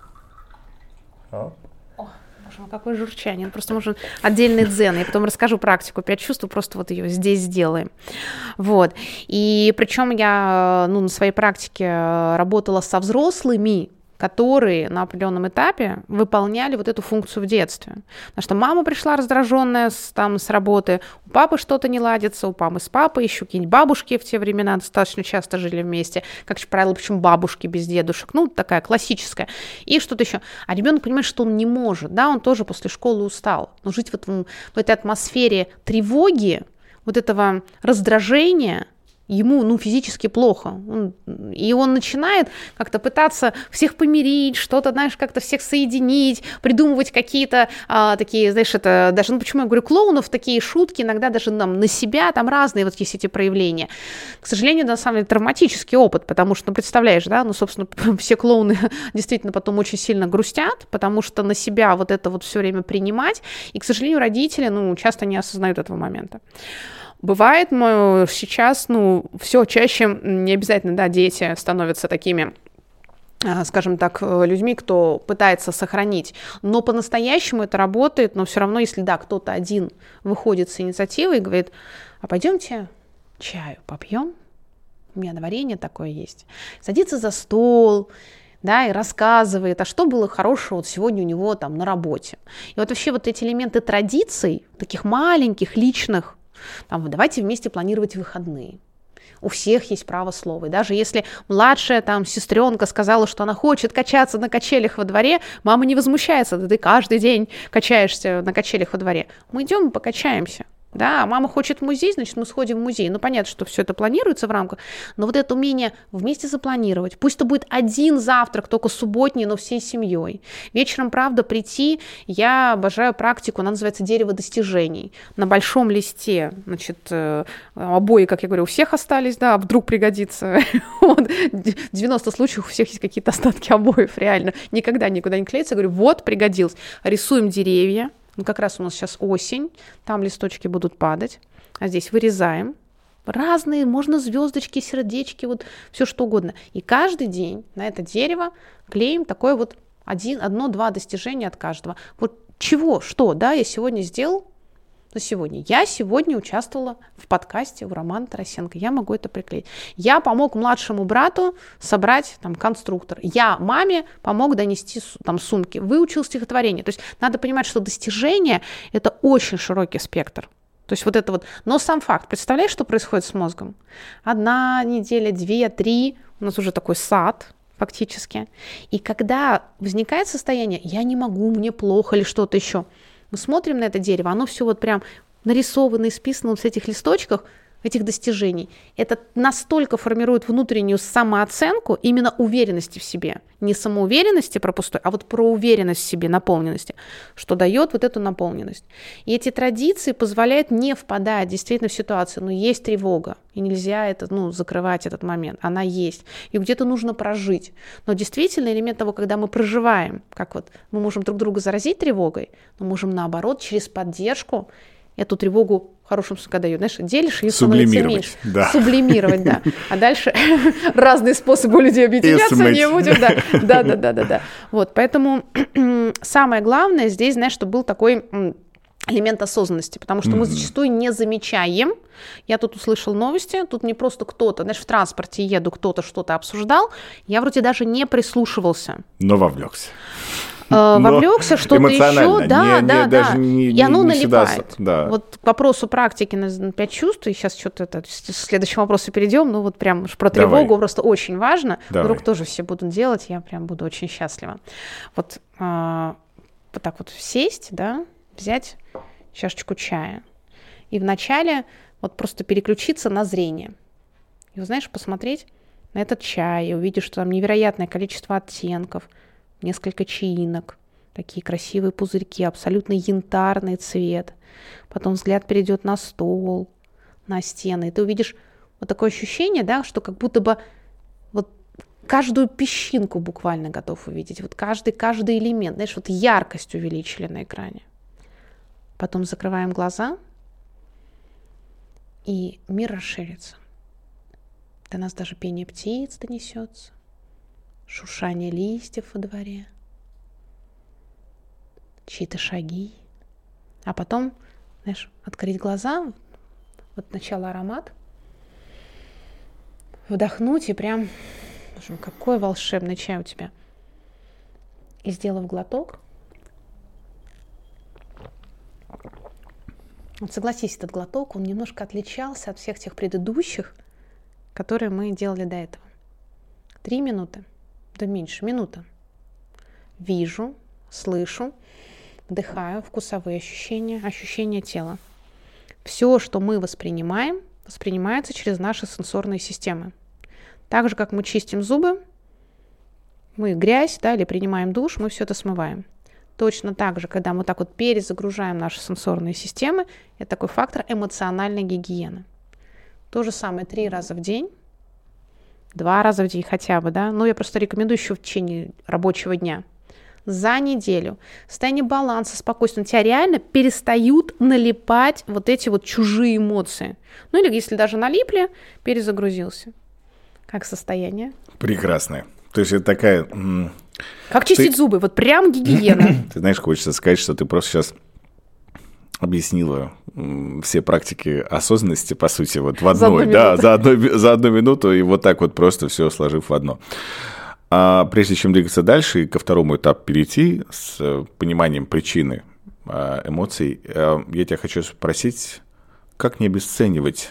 Speaker 2: О, боже мой, какое журчание. Просто можно отдельный дзен. Я потом расскажу практику пять чувств, просто вот ее здесь сделаем. Вот. И причем я ну, на своей практике работала со взрослыми, которые на определенном этапе выполняли вот эту функцию в детстве. Потому что мама пришла раздраженная с, там, с работы, у папы что-то не ладится, у мамы с папой, еще какие-нибудь бабушки в те времена достаточно часто жили вместе, как правило, причем бабушки без дедушек, ну, такая классическая, и что-то еще. А ребенок понимает, что он не может, да, он тоже после школы устал, но жить в, этом, в этой атмосфере тревоги, вот этого раздражения, ему, ну, физически плохо. Он, и он начинает как-то пытаться всех помирить, что-то, знаешь, как-то всех соединить, придумывать какие-то а, такие, знаешь, это даже, ну, почему я говорю клоунов, такие шутки, иногда даже там, на себя, там разные вот есть эти проявления. К сожалению, на самом деле, травматический опыт, потому что, ну, представляешь, да, ну, собственно, все клоуны действительно потом очень сильно грустят, потому что на себя вот это вот все время принимать, и, к сожалению, родители, ну, часто не осознают этого момента. Бывает, мы сейчас, ну, все чаще, не обязательно, да, дети становятся такими, скажем так, людьми, кто пытается сохранить, но по-настоящему это работает, но все равно, если, да, кто-то один выходит с инициативой и говорит, а пойдемте чаю попьем, у меня варенье такое есть, садится за стол, да, и рассказывает, а что было хорошего вот сегодня у него там на работе. И вот вообще вот эти элементы традиций, таких маленьких, личных, там, давайте вместе планировать выходные. У всех есть право слова. И даже если младшая там сестренка сказала, что она хочет качаться на качелях во дворе, мама не возмущается, да ты каждый день качаешься на качелях во дворе. Мы идем и покачаемся. Да, мама хочет в музей, значит, мы сходим в музей. Ну, понятно, что все это планируется в рамках, но вот это умение вместе запланировать. Пусть это будет один завтрак, только субботний, но всей семьей. Вечером, правда, прийти. Я обожаю практику, она называется «Дерево достижений». На большом листе, значит, обои, как я говорю, у всех остались, да, вдруг пригодится. Вот. В девяноста случаях у всех есть какие-то остатки обоев, реально. Никогда никуда не клеится. Я говорю, вот, пригодилось. Рисуем деревья. Ну, как раз у нас сейчас осень, там листочки будут падать, а здесь вырезаем. Разные, можно звездочки, сердечки, вот все что угодно. И каждый день на это дерево клеим такое вот один, одно-два достижения от каждого. Вот чего, что, да, я сегодня сделал, на сегодня. Я сегодня участвовала в подкасте у Романа Тарасенко. Я могу это приклеить. Я помог младшему брату собрать там конструктор. Я маме помог донести там сумки. Выучил стихотворение. То есть надо понимать, что достижение – это очень широкий спектр. То есть вот это вот. Но сам факт. Представляешь, что происходит с мозгом? Одна неделя, две, три. У нас уже такой сад фактически. И когда возникает состояние «я не могу, мне плохо» или что-то еще, мы смотрим на это дерево, оно все вот прям нарисовано, исписано вот с этих листочках, этих достижений, это настолько формирует внутреннюю самооценку, именно уверенности в себе. Не самоуверенности про пустой, а вот про уверенность в себе, наполненности, что дает вот эту наполненность. И эти традиции позволяют не впадать действительно в ситуацию, но есть тревога, и нельзя это, ну, закрывать этот момент, она есть. И где-то нужно прожить. Но действительно элемент того, когда мы проживаем, как вот мы можем друг друга заразить тревогой, но можем наоборот через поддержку эту тревогу в хорошем смысле, когда ее, знаешь, делишь, ее становится меньше.
Speaker 1: Да.
Speaker 2: Сублимировать, да. А дальше разные способы у людей объединяться не будем. Да, да, да, да, да, да. Вот, поэтому самое главное здесь, знаешь, чтобы был такой элемент осознанности, потому что mm-hmm. мы зачастую не замечаем. Я тут услышал новости, тут не просто кто-то, знаешь, в транспорте еду, кто-то что-то обсуждал, я вроде даже не прислушивался.
Speaker 1: Но вовлекся.
Speaker 2: Вовлекся, что-то еще, да,
Speaker 1: не,
Speaker 2: да,
Speaker 1: не,
Speaker 2: да,
Speaker 1: не,
Speaker 2: и оно
Speaker 1: не
Speaker 2: налипает.
Speaker 1: Всегда, да.
Speaker 2: Вот к вопросу практики на пять чувств, и сейчас что-то это, к следующему вопросу перейдем, ну вот прям про тревогу Давай. Просто очень важно,
Speaker 1: Давай.
Speaker 2: Вдруг тоже все будут делать, я прям буду очень счастлива. Вот, а, вот так вот сесть, да, взять чашечку чая и вначале вот просто переключиться на зрение. И, вот, знаешь, посмотреть на этот чай, и увидишь, что там невероятное количество оттенков, несколько чаинок, такие красивые пузырьки, абсолютно янтарный цвет. Потом взгляд перейдет на стол, на стены, и ты увидишь вот такое ощущение, да, что как будто бы вот каждую песчинку буквально готов увидеть, вот каждый, каждый элемент, знаешь, вот яркость увеличили на экране. Потом закрываем глаза, и мир расширится. До нас даже пение птиц донесется, шуршание листьев во дворе, чьи-то шаги. А потом, знаешь, открыть глаза, вот сначала аромат, вдохнуть и прям, боже, какой волшебный чай у тебя. И сделав глоток, вот согласись, этот глоток, он немножко отличался от всех тех предыдущих, которые мы делали до этого. Три минуты. Да меньше, минута. Вижу, слышу, вдыхаю, вкусовые ощущения, ощущения тела. Все, что мы воспринимаем, воспринимается через наши сенсорные системы. Так же, как мы чистим зубы, мы грязь, да, или принимаем душ, мы все это смываем. Точно так же, когда мы так вот перезагружаем наши сенсорные системы, это такой фактор эмоциональной гигиены. То же самое три раза в день, два раза в день хотя бы, да, ну я просто рекомендую еще в течение рабочего дня. За неделю состояние баланса, спокойствия, у тебя реально перестают налипать вот эти вот чужие эмоции. Ну или если даже налипли, перезагрузился. Как состояние?
Speaker 1: Прекрасное. То есть это такая...
Speaker 2: Как чистить ты... зубы? Вот прям гигиена.
Speaker 1: Ты знаешь, хочется сказать, что ты просто сейчас объяснила все практики осознанности, по сути, вот в одной, за да, за одну, за одну минуту, и вот так вот просто все сложив в одно. А прежде чем двигаться дальше и ко второму этапу перейти с пониманием причины эмоций, я тебя хочу спросить, как не обесценивать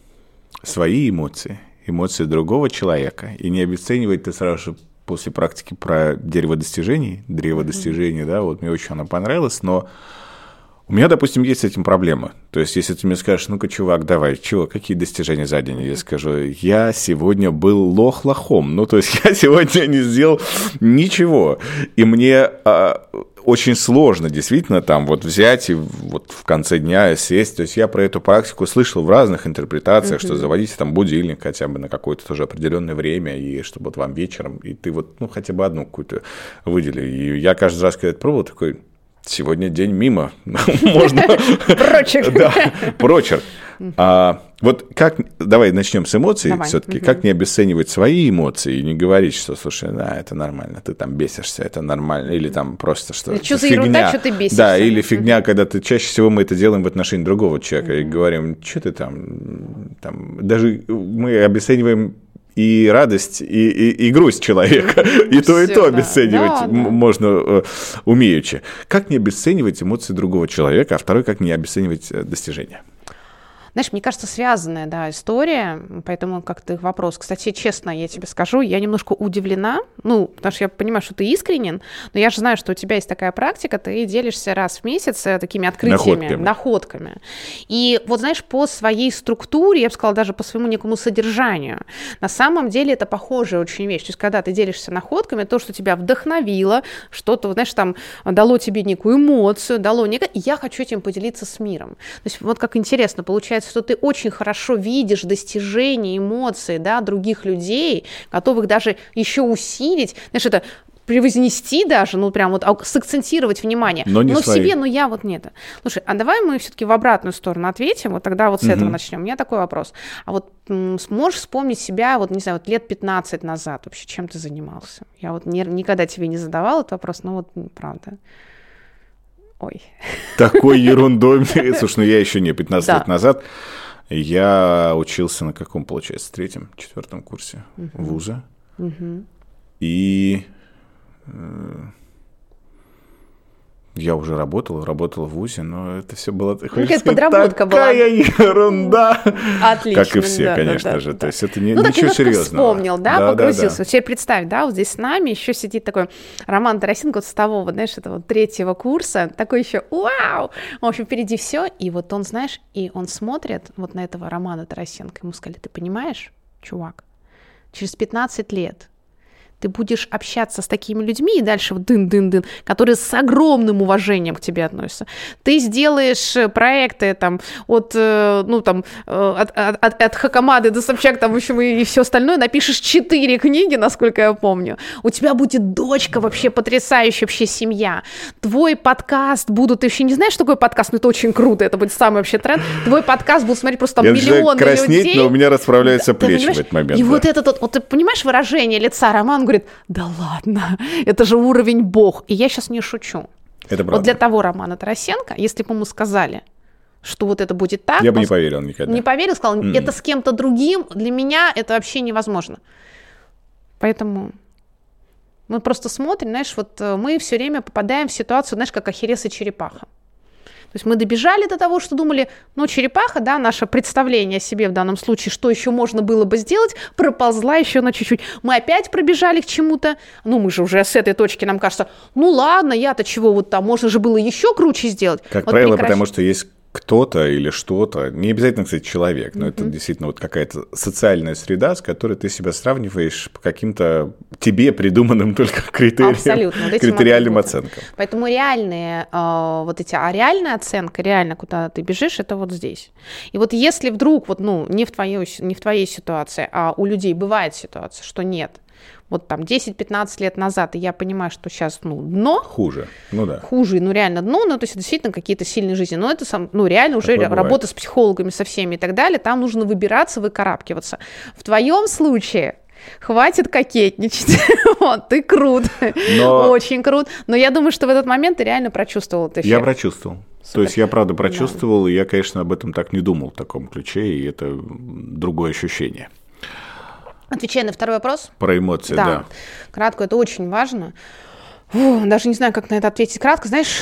Speaker 1: свои эмоции, эмоции другого человека, и не обесценивать ты сразу же после практики про дерево достижений, древо достижений, mm-hmm. да, вот мне очень оно понравилось, но у меня, допустим, есть с этим проблема. То есть, если ты мне скажешь, ну-ка, чувак, давай, чего, какие достижения за день? Я скажу, я сегодня был лох лохом, ну, то есть, я сегодня не сделал ничего, и мне а, очень сложно действительно там вот взять и вот в конце дня сесть, то есть, я про эту практику слышал в разных интерпретациях, mm-hmm. что заводите там будильник хотя бы на какое-то тоже определенное время, и чтобы вот вам вечером, и ты вот, ну, хотя бы одну какую-то выдели. И я каждый раз, когда это пробовал, такой... Сегодня день мимо. Можно...
Speaker 2: Прочерк.
Speaker 1: Да, прочерк. А, вот как... Давай начнем с эмоций все-таки. Угу. Как не обесценивать свои эмоции и не говорить, что, слушай, да, это нормально, ты там бесишься, это нормально. Или там просто, что
Speaker 2: что за ерунда, что ты бесишься.
Speaker 1: Да, или фигня, угу. когда ты... Чаще всего мы это делаем в отношении другого человека. Угу. И говорим, что ты там... там... Даже мы обесцениваем и радость, и, и, и грусть человека. И то, и то обесценивать да, да. можно э, умеючи. Как не обесценивать эмоции другого человека, а второй, как не обесценивать достижения?
Speaker 2: Знаешь, мне кажется, связанная, да, история, поэтому как-то вопрос. Кстати, честно, я тебе скажу, я немножко удивлена, ну, потому что я понимаю, что ты искренен, но я же знаю, что у тебя есть такая практика, ты делишься раз в месяц такими открытиями,
Speaker 1: находками.
Speaker 2: находками. И вот, знаешь, по своей структуре, я бы сказала, даже по своему некому содержанию, на самом деле это похожая очень вещь. То есть, когда ты делишься находками, то, что тебя вдохновило, что-то, знаешь, там, дало тебе некую эмоцию, дало некое, и я хочу этим поделиться с миром. То есть, вот как интересно, получается, что ты очень хорошо видишь достижения, эмоции, да, других людей, готовых даже еще усилить, знаешь, это превознести даже, ну, прям вот сакцентировать внимание.
Speaker 1: Но не
Speaker 2: но
Speaker 1: свои.
Speaker 2: в себе, но я вот нет. Слушай, а давай мы все-таки в обратную сторону ответим, вот тогда вот с
Speaker 1: Угу.
Speaker 2: этого начнем. У меня такой вопрос. А вот м, сможешь вспомнить себя, вот, не знаю, вот лет пятнадцать назад вообще, чем ты занимался? Я вот не, никогда тебе не задавала этот вопрос, но вот, правда. Ой.
Speaker 1: Такой ерундой. Слушай, ну я еще не пятнадцать
Speaker 2: Да.
Speaker 1: лет назад. Я учился на каком, получается, третьем, четвертом курсе
Speaker 2: Мгм.
Speaker 1: вуза.
Speaker 2: Мгм.
Speaker 1: И э, я уже работал, работал в вузе, но это все было...
Speaker 2: какая-то подработка была.
Speaker 1: Такая ерунда.
Speaker 2: Отлично.
Speaker 1: Как и все,
Speaker 2: да,
Speaker 1: конечно
Speaker 2: да,
Speaker 1: же.
Speaker 2: да.
Speaker 1: То есть это не,
Speaker 2: Ну, так
Speaker 1: ничего
Speaker 2: немножко
Speaker 1: серьезного.
Speaker 2: вспомнил, да,
Speaker 1: Да,
Speaker 2: погрузился.
Speaker 1: да, да.
Speaker 2: Теперь представь, да, вот здесь с нами еще сидит такой Роман Тарасенко вот с того, вот, знаешь, этого третьего курса, такой еще, вау! В общем, впереди все, и вот он, знаешь, и он смотрит вот на этого Романа Тарасенко, ему сказали, ты понимаешь, чувак, через пятнадцать лет ты будешь общаться с такими людьми, и дальше вот дын-дын-дын, которые с огромным уважением к тебе относятся. Ты сделаешь проекты там от, э, ну, там, э, от, от, от Хакамады до Собчак, там, в общем, и, и все остальное, напишешь четыре книги, насколько я помню. У тебя будет дочка вообще потрясающая, вообще семья. Твой подкаст будут, ты вообще не знаешь, что такое подкаст, но это очень круто, это будет самый вообще тренд. Твой подкаст будут смотреть просто там
Speaker 1: Я
Speaker 2: миллионы
Speaker 1: начинаю краснеть,
Speaker 2: людей.
Speaker 1: но у меня расправляются
Speaker 2: Да, ты
Speaker 1: плечи в
Speaker 2: понимаешь?
Speaker 1: этот момент.
Speaker 2: И
Speaker 1: да.
Speaker 2: вот это вот, вот ты понимаешь выражение лица Романа, говорит, да ладно, это же уровень бог. И я сейчас не шучу.
Speaker 1: Это
Speaker 2: Вот
Speaker 1: правда.
Speaker 2: для того Романа Тарасенко, если бы ему сказали, что вот это будет так,
Speaker 1: Я бы
Speaker 2: он
Speaker 1: не поверил никогда.
Speaker 2: не поверил, сказал,
Speaker 1: Мгм.
Speaker 2: это с кем-то другим, для меня это вообще невозможно. Поэтому мы просто смотрим, знаешь, вот э, мы все время попадаем в ситуацию, знаешь, как Ахиллес и черепаха. То есть мы добежали до того, что думали, ну, черепаха, да, наше представление о себе в данном случае, что еще можно было бы сделать, проползла еще на чуть-чуть. Мы опять пробежали к чему-то, ну, мы же уже с этой точки, нам кажется, ну, ладно, я-то чего, вот там, можно же было еще круче сделать.
Speaker 1: Как
Speaker 2: Вот
Speaker 1: правило,
Speaker 2: прекращ-
Speaker 1: потому что есть кто-то или что-то, не обязательно, кстати, человек, но
Speaker 2: Мгм.
Speaker 1: это действительно вот какая-то социальная среда, с которой ты себя сравниваешь по каким-то тебе придуманным только критериям,
Speaker 2: Абсолютно, вот этим
Speaker 1: критериальным
Speaker 2: атрибутам.
Speaker 1: оценкам.
Speaker 2: Поэтому реальные, э, вот эти, а реальная оценка, реально, куда ты бежишь, это вот здесь. И вот если вдруг, вот, ну, не в твоей, не в твоей ситуации, а у людей бывает ситуация, что нет, вот там десять-пятнадцать лет назад, и я понимаю, что сейчас, ну, дно,
Speaker 1: Хуже. Ну да.
Speaker 2: хуже, ну, реально дно, ну, то есть действительно какие-то сильные жизни, но это, сам, ну, реально уже
Speaker 1: Такое бывает.
Speaker 2: работа с психологами, со всеми и так далее, там нужно выбираться, выкарабкиваться. В твоем случае хватит кокетничать, вот, ты крут,
Speaker 1: Но-
Speaker 2: очень крут, но я думаю, что в этот момент ты реально прочувствовал это.
Speaker 1: Я прочувствовал. То есть я правда прочувствовал, и я, конечно, об этом так не думал в таком ключе, и это другое ощущение.
Speaker 2: Отвечая на второй вопрос.
Speaker 1: Про эмоции, да.
Speaker 2: Да, кратко, это очень важно. Фу, даже не знаю, как на это ответить кратко. Знаешь,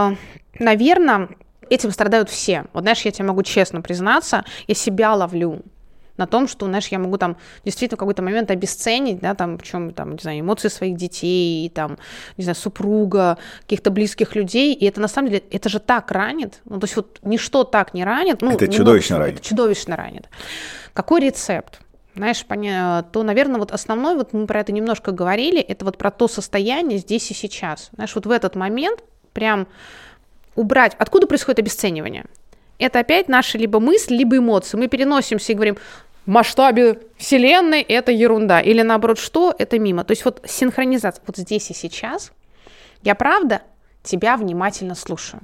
Speaker 2: наверное, этим страдают все. Вот, знаешь, я тебе могу честно признаться, я себя ловлю на том, что, знаешь, я могу там действительно в какой-то момент обесценить, да, там, в чем, там, не знаю, эмоции своих детей, там, не знаю, супруга, каких-то близких людей, и это на самом деле, это же так ранит, ну, то есть вот ничто так не ранит. Ну,
Speaker 1: Это
Speaker 2: не
Speaker 1: чудовищно
Speaker 2: много,
Speaker 1: ранит.
Speaker 2: Это чудовищно ранит. Какой рецепт? Знаешь, поня... то, наверное, вот основной, вот мы про это немножко говорили, это вот про то состояние здесь и сейчас. Знаешь, вот в этот момент прям убрать... Откуда происходит обесценивание? Это опять наши либо мысли, либо эмоции. Мы переносимся и говорим, в масштабе Вселенной это ерунда. Или наоборот, что? Это мимо. То есть вот синхронизация. Вот здесь и сейчас я, правда, тебя внимательно слушаю.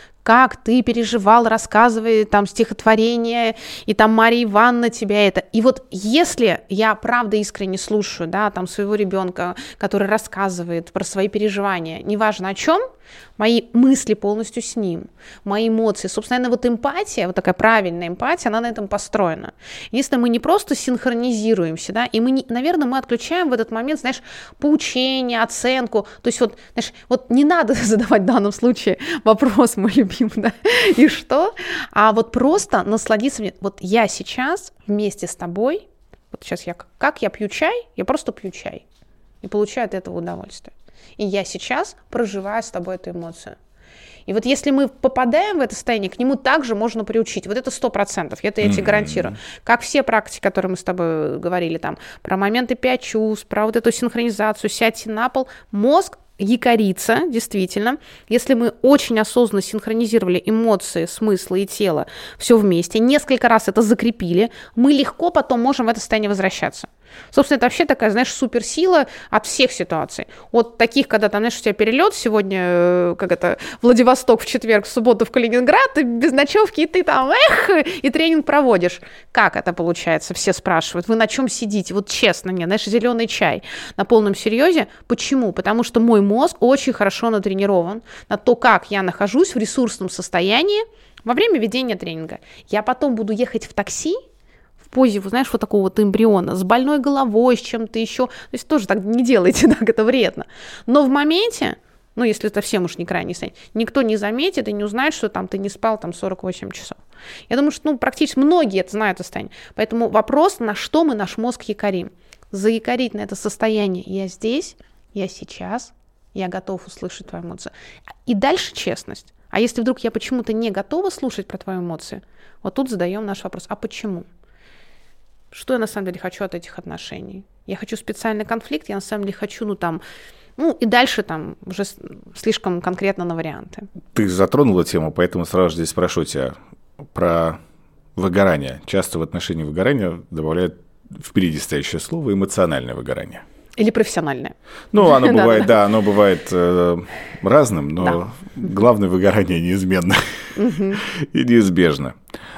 Speaker 2: Как ты переживал, рассказывая там стихотворение, и там Мария Ивановна тебя это. И вот если я правда искренне слушаю, да, там своего ребенка, который рассказывает про свои переживания, неважно о чем, мои мысли полностью с ним, мои эмоции. Собственно, наверное, вот эмпатия, вот такая правильная эмпатия, она на этом построена. Если мы не просто синхронизируемся, да, и мы, не, наверное, мы отключаем в этот момент, знаешь, поучение, оценку. То есть вот, знаешь, вот не надо задавать в данном случае вопрос, мой любимый, да, и что, а вот просто насладиться. Вот я сейчас вместе с тобой, вот сейчас я, как я пью чай, я просто пью чай и получаю от этого удовольствие. И я сейчас проживаю с тобой эту эмоцию. И вот если мы попадаем в это состояние, к нему также можно приучить. Вот это сто процентов, это я тебе гарантирую. Как все практики, которые мы с тобой говорили, там, про моменты пять чувств, про вот эту синхронизацию, сядьте на пол, мозг якорится, действительно, если мы очень осознанно синхронизировали эмоции, смыслы и тело, все вместе, несколько раз это закрепили, мы легко потом можем в это состояние возвращаться. Собственно, это вообще такая, знаешь, суперсила от всех ситуаций. От таких, когда там, знаешь, у тебя перелет сегодня, как это, Владивосток в четверг, в субботу в Калининград, и без ночевки, и ты там, эх, и тренинг проводишь. Как это получается? Все спрашивают. Вы на чем сидите? Вот честно мне, знаешь, зеленый чай на полном серьезе. Почему? Потому что мой мозг очень хорошо натренирован на то, как я нахожусь в ресурсном состоянии во время ведения тренинга. Я потом буду ехать в такси, в позе, вы знаешь, вот такого вот эмбриона, с больной головой, с чем-то еще. То есть тоже так не делайте, так это вредно. Но в моменте, ну, если это совсем уж не крайний состояние, никто не заметит и не узнает, что там ты не спал там сорок восемь часов. Я думаю, что ну, практически многие это знают это состояние. Поэтому вопрос, на что мы наш мозг якорим. Заякорить на это состояние. Я здесь, я сейчас, я готов услышать твою эмоцию. И дальше честность. А если вдруг я почему-то не готова слушать про твою эмоцию, вот тут задаем наш вопрос. А почему? Что я на самом деле хочу от этих отношений? Я хочу специальный конфликт, я на самом деле хочу, ну там, ну и дальше там уже слишком конкретно на варианты.
Speaker 1: Ты затронула тему, поэтому сразу же здесь спрошу тебя про выгорание. Часто в отношении выгорания добавляют впереди стоящее слово «эмоциональное выгорание».
Speaker 2: Или профессиональное.
Speaker 1: Ну, оно бывает, да, оно бывает э, разным, но да. Главное выгорание неизменно и неизбежно.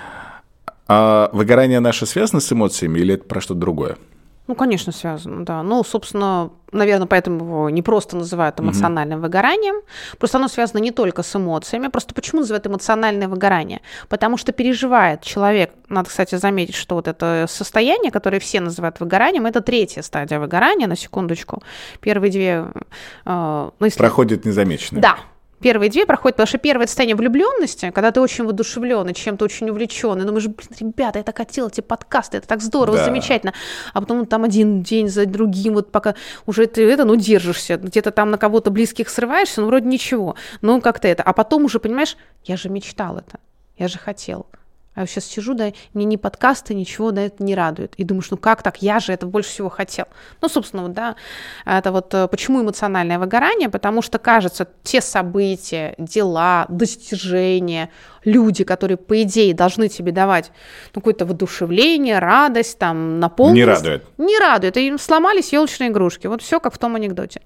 Speaker 1: А выгорание наше связано с эмоциями или это про что-то другое?
Speaker 2: Ну, конечно, связано, да. Ну, собственно, наверное, поэтому его не просто называют эмоциональным mm-hmm. выгоранием. Просто оно связано не только с эмоциями. Просто почему называют эмоциональное выгорание? Потому что переживает человек, надо, кстати, заметить, что вот это состояние, которое все называют выгоранием, это третья стадия выгорания, на секундочку. Первые две... Э, ну, если...
Speaker 1: Проходит незамеченно.
Speaker 2: Да. Первые две проходят, потому что первое состояние влюбленности, когда ты очень воодушевлен и чем-то очень увлечен, и думаешь, блин, ребята, я так хотела эти подкасты, это так здорово, да. замечательно. А потом там один день за другим, вот пока уже ты это, ну, держишься, где-то там на кого-то близких срываешься, ну, вроде ничего, ну, как-то это. А потом уже, понимаешь, я же мечтал это, я же хотел. А я сейчас сижу, да, мне ни подкасты, ничего, да, это не радует. И думаешь, ну как так, я же это больше всего хотел. Ну, собственно, вот, да, это вот почему эмоциональное выгорание, потому что, кажется, те события, дела, достижения, люди, которые, по идее, должны тебе давать ну, какое-то воодушевление, радость, там, наполненность.
Speaker 1: Не радует.
Speaker 2: Не радует. И им сломались елочные игрушки. Вот все как в том анекдоте.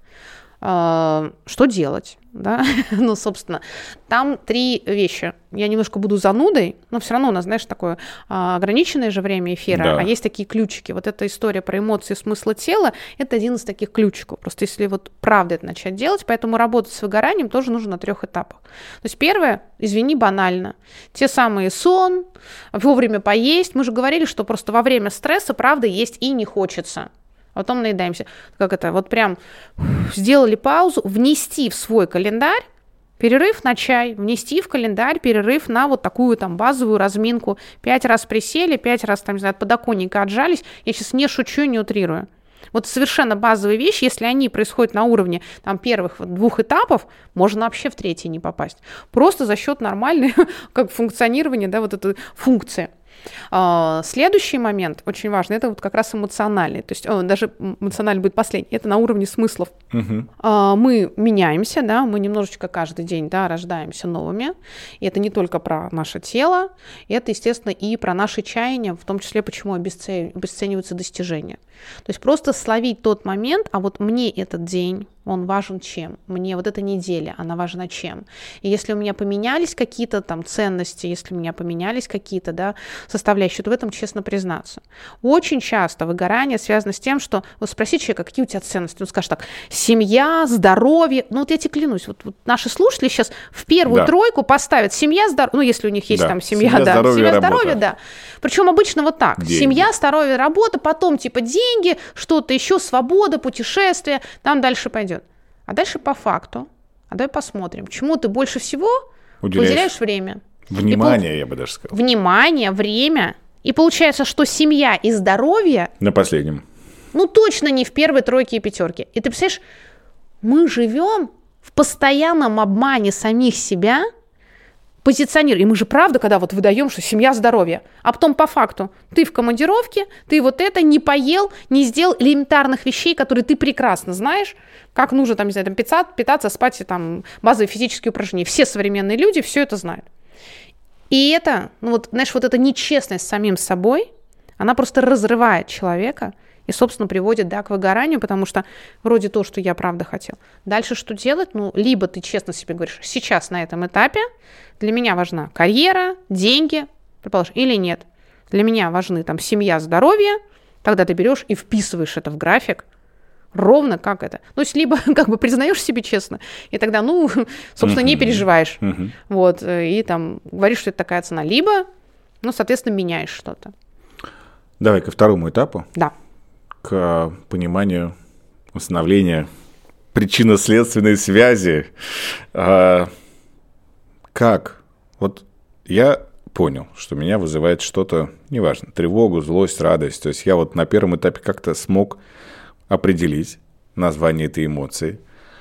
Speaker 2: Что делать? Да? Ну, собственно, там три вещи. Я немножко буду занудой, но все равно у нас, знаешь, такое а, ограниченное же время эфира, да. А есть такие ключики. Вот эта история про эмоции, смысл тела, это один из таких ключиков. Просто если вот правда это начать делать, поэтому работать с выгоранием тоже нужно на трех этапах. То есть первое, извини, банально, те самые сон, вовремя поесть. Мы же говорили, что просто во время стресса, правда, есть и не хочется. А потом наедаемся. Как это? Вот прям сделали паузу, внести в свой календарь перерыв на чай, внести в календарь перерыв на вот такую там базовую разминку. Пять раз присели, пять раз там, не знаю, от подоконника отжались. Я сейчас не шучу и не утрирую. Вот совершенно базовые вещи, если они происходят на уровне там, первых двух этапов, можно вообще в третий не попасть. Просто за счет нормального как функционирования, да, вот этой функции. Следующий момент, очень важный, это вот как раз эмоциональный, то есть даже эмоциональный будет последний, это на уровне смыслов. Uh-huh. Мы меняемся, да, мы немножечко каждый день, да, рождаемся новыми, и это не только про наше тело, это, естественно, и про наши чаяния, в том числе, почему обесцениваются достижения. То есть просто словить тот момент, а вот мне этот день, Он важен чем? Мне вот эта неделя, она важна чем? И если у меня поменялись какие-то там ценности, если у меня поменялись какие-то, да, составляющие, то в этом честно признаться. Очень часто выгорание связано с тем, что вот спроси человека, какие у тебя ценности, он скажет так: семья, здоровье. Ну вот я тебе клянусь, вот, вот наши слушатели сейчас в первую да. тройку поставят семья, здоровье, ну если у них есть да. там семья, семья, да, здоровье, семья, здоровье, да. Причем обычно вот так: деньги. Семья, здоровье, работа, потом типа деньги, что-то еще, свобода, путешествия, там дальше пойдет. А дальше по факту. А давай посмотрим, чему ты больше всего уделяешь, уделяешь время.
Speaker 1: Внимание,
Speaker 2: пол...
Speaker 1: я бы даже сказал.
Speaker 2: Внимание, время. И получается, что семья и здоровье...
Speaker 1: На последнем.
Speaker 2: Ну, точно не в первой тройке и пятерке. И ты представляешь, мы живем в постоянном обмане самих себя, позиционируем. И мы же правда, когда вот выдаем, что семья, здоровье. А потом по факту ты в командировке, ты вот это не поел, не сделал элементарных вещей, которые ты прекрасно знаешь, как нужно там, не знаю, там, питаться, питаться, спать, там, базовые физические упражнения. Все современные люди все это знают. И это, ну вот, знаешь, вот эта нечестность с самим собой, она просто разрывает человека и, собственно, приводит, да, к выгоранию, потому что вроде то, что я правда хотел. Дальше что делать? Ну, либо ты честно себе говоришь: сейчас на этом этапе для меня важна карьера, деньги, предположим, или нет. Для меня важны там семья, здоровье. Тогда ты берешь и вписываешь это в график ровно как это. Ну, то есть либо как бы признаешь себе честно, и тогда, ну, собственно, uh-huh. не переживаешь. Uh-huh. Вот, и там говоришь, что это такая цена. Либо, ну, соответственно, меняешь что-то.
Speaker 1: Давай ко второму этапу.
Speaker 2: Да.
Speaker 1: К пониманию установления причинно-следственной связи. А, как? Вот я понял, что меня вызывает что-то, неважно, тревогу, злость, радость. То есть я вот на первом этапе как-то смог определить название этой эмоции,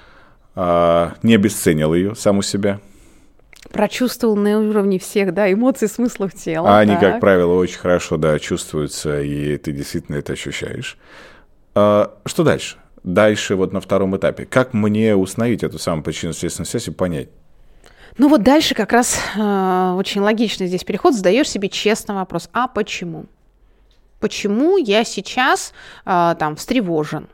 Speaker 1: а, не обесценил ее сам у себя.
Speaker 2: Прочувствовал на уровне всех, да, эмоций, смыслов тела.
Speaker 1: А они, как правило, очень хорошо, да, чувствуются, и ты действительно это ощущаешь. А, что дальше? Дальше вот на втором этапе. Как мне установить эту самую причинно-следственную связь и понять?
Speaker 2: Ну вот дальше как раз э, очень логичный здесь переход. Задаешь себе честный вопрос: а почему? Почему я сейчас э, там встревожен?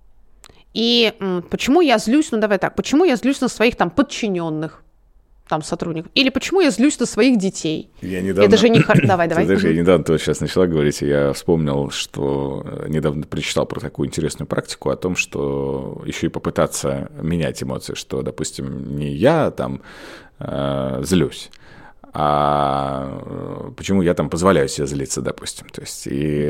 Speaker 2: И э, почему я злюсь, ну давай так, почему я злюсь на своих там подчиненных, там сотрудников? Или почему я злюсь на своих детей?
Speaker 1: Я недавно...
Speaker 2: Это же не... Давай, давай.
Speaker 1: Ты знаешь, я недавно тоже сейчас начала говорить, и я вспомнил, что недавно прочитал про такую интересную практику о том, что еще и попытаться менять эмоции, что, допустим, не я там э, злюсь, а почему я там позволяю себе злиться, допустим. То есть, и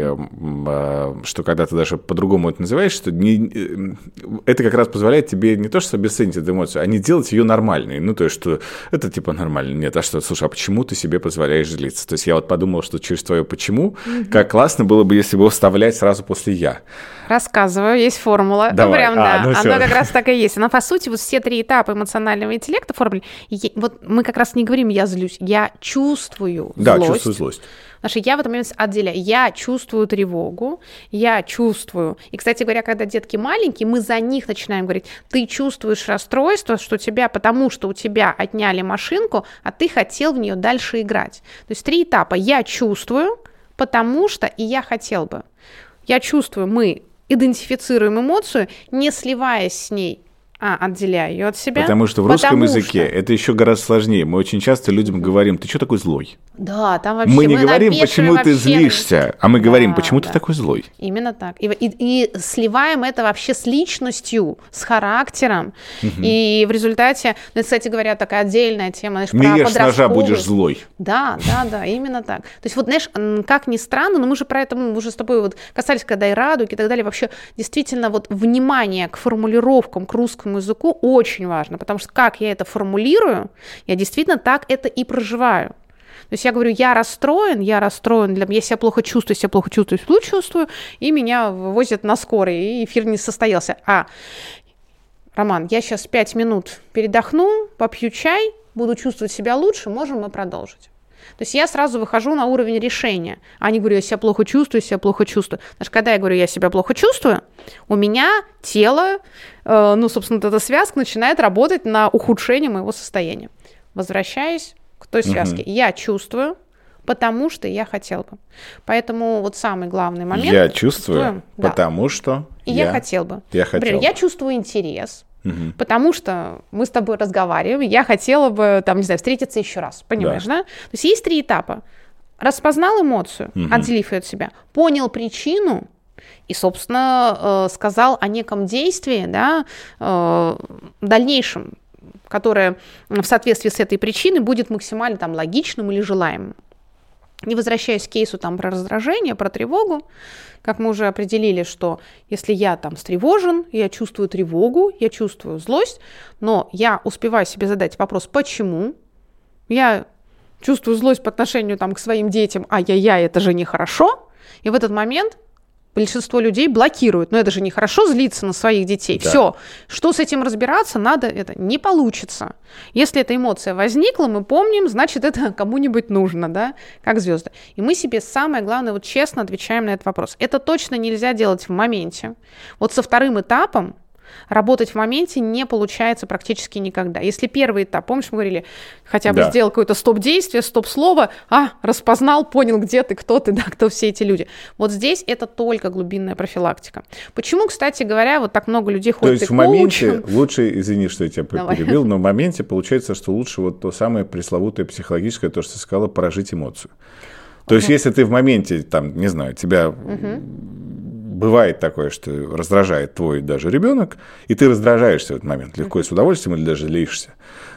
Speaker 1: э, что когда ты даже по-другому это называешь, что не, это как раз позволяет тебе не то, что обесценить эту эмоцию, а не делать ее нормальной. Ну, то есть, что это типа нормально. Нет, а что, слушай, а почему ты себе позволяешь злиться? То есть, я вот подумал, что через твое «почему», mm-hmm. как классно было бы, если бы его вставлять сразу после «я».
Speaker 2: Рассказываю, есть формула.
Speaker 1: Давай.
Speaker 2: Ну, прям,
Speaker 1: а,
Speaker 2: да.
Speaker 1: ну,
Speaker 2: Она как раз так и есть. Она, по сути, вот все три этапа эмоционального интеллекта формулы. Вот мы как раз не говорим «я злюсь», я чувствую
Speaker 1: да,
Speaker 2: злость.
Speaker 1: Да, чувствую злость.
Speaker 2: Потому что я в этот момент отделяю. Я чувствую тревогу, я чувствую. И, кстати говоря, когда детки маленькие, мы за них начинаем говорить: ты чувствуешь расстройство, что тебя, потому что у тебя отняли машинку, а ты хотел в нее дальше играть. То есть три этапа. Я чувствую, потому что и я хотел бы. Я чувствую, мы идентифицируем эмоцию, не сливаясь с ней, а отделяя ее от себя.
Speaker 1: Потому что в русском языке что... это еще гораздо сложнее. Мы очень часто людям говорим: ты что такой злой?
Speaker 2: Да, там вообще
Speaker 1: мы не мы говорим, почему ты злишься, а мы да, говорим, почему да. ты такой злой.
Speaker 2: Именно так. И, и, и сливаем это вообще с личностью, с характером. Угу. И в результате, ну, это, кстати говоря, такая отдельная тема, знаешь,
Speaker 1: не
Speaker 2: про
Speaker 1: ешь
Speaker 2: подростковый...
Speaker 1: ножа, будешь злой.
Speaker 2: Да, да, да, именно так. То есть вот, знаешь, как ни странно, но мы же про это мы уже с тобой вот касались, когда и радуги и так далее, вообще действительно вот внимание к формулировкам, к русскому языку очень важно, потому что как я это формулирую, я действительно так это и проживаю. То есть я говорю: я расстроен, я расстроен, для... я себя плохо чувствую, себя плохо чувствую, себя чувствую, и меня возят на скорой, и эфир не состоялся. А, Роман, я сейчас пять минут передохну, попью чай, буду чувствовать себя лучше, можем мы продолжить. То есть я сразу выхожу на уровень решения. А не говорю: я себя плохо чувствую, себя плохо чувствую. Потому что когда я говорю: я себя плохо чувствую, у меня тело, э, ну, собственно, вот эта связка начинает работать на ухудшение моего состояния. Возвращаясь к той связке. Угу. Я чувствую, потому что я хотел бы. Поэтому вот самый главный момент...
Speaker 1: Я чувствую, чувствую потому да. что
Speaker 2: и
Speaker 1: я,
Speaker 2: я хотел бы.
Speaker 1: Я хотел
Speaker 2: Например,
Speaker 1: бы.
Speaker 2: я чувствую интерес,
Speaker 1: угу.
Speaker 2: потому что мы с тобой разговариваем, я хотела бы, там, не знаю, встретиться еще раз, понимаешь, да? да? То есть есть три этапа. Распознал эмоцию, угу. отделив ее от себя, понял причину и, собственно, сказал о неком действии, да, дальнейшем, которое в соответствии с этой причиной будет максимально там логичным или желаемым. Не возвращаясь к кейсу там, про раздражение, про тревогу, как мы уже определили, что если я там встревожен, я чувствую тревогу, я чувствую злость, но я успеваю себе задать вопрос, почему? Я чувствую злость по отношению там, к своим детям, ай-яй-яй, это же нехорошо. И в этот момент большинство людей блокируют. Но это же нехорошо злиться на своих детей. Да. Все, что с этим разбираться, надо, это не получится. Если эта эмоция возникла, мы помним, значит, это кому-нибудь нужно, да, как звезды. И мы себе самое главное, вот честно отвечаем на этот вопрос. Это точно нельзя делать в моменте. Вот со вторым этапом работать в моменте не получается практически никогда. Если первый этап, помнишь, мы говорили, хотя бы да. сделал какое-то стоп-действие, стоп-слово, а, распознал, понял, где ты, кто ты, да, кто все эти люди. Вот здесь это только глубинная профилактика. Почему, кстати говоря, вот так много людей ходят и коучем?
Speaker 1: То есть в моменте лучше, извини, что я тебя Давай. перебил, но в моменте получается, что лучше вот то самое пресловутое психологическое, то, что ты сказала, прожить эмоцию. То угу. есть если ты в моменте, там, не знаю, тебя... Угу. Бывает такое, что раздражает твой даже ребенок, и ты раздражаешься в этот момент, легко и с удовольствием, или даже злишься,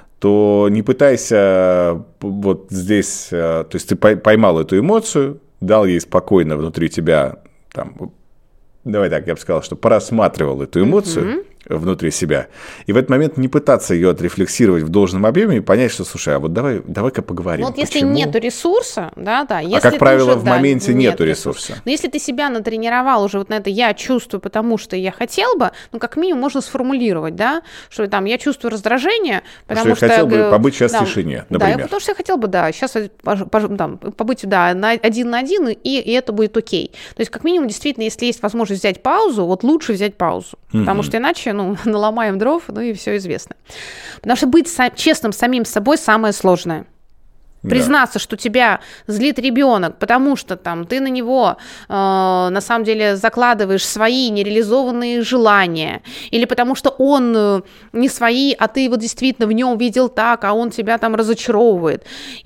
Speaker 1: то не пытайся вот здесь, то есть ты поймал эту эмоцию, дал ей спокойно внутри тебя, там, давай так, я бы сказал, что порассматривал эту эмоцию mm-hmm. внутри себя, и в этот момент не пытаться ее отрефлексировать в должном объеме и понять, что, слушай, а вот давай, давай-ка поговорим.
Speaker 2: Вот если нету ресурса, да, да. Если
Speaker 1: а как правило,
Speaker 2: уже,
Speaker 1: в моменте
Speaker 2: да,
Speaker 1: нету
Speaker 2: нет
Speaker 1: ресурса.
Speaker 2: ресурса. Но если ты себя натренировал уже вот на это «я чувствую, потому что я хотел бы», ну, как минимум можно сформулировать, да, что там «я чувствую раздражение, потому что…»
Speaker 1: что я хотел бы побыть сейчас
Speaker 2: да,
Speaker 1: в тишине, например.
Speaker 2: Да, потому что я хотел бы, да, сейчас там, побыть, да, на один на один, и, и это будет окей. То есть, как минимум, действительно, если есть возможность взять паузу, вот лучше взять паузу, mm-hmm. потому что иначе, ну, наломаем дров, ну и все известно. Потому что быть са- честным самим собой самое сложное. Признаться, да. что тебя злит ребенок, потому что там, ты на него э, на самом деле закладываешь свои нереализованные желания, или потому что он э, не свои, а ты его действительно в нем видел так, а он тебя там разочаровывает,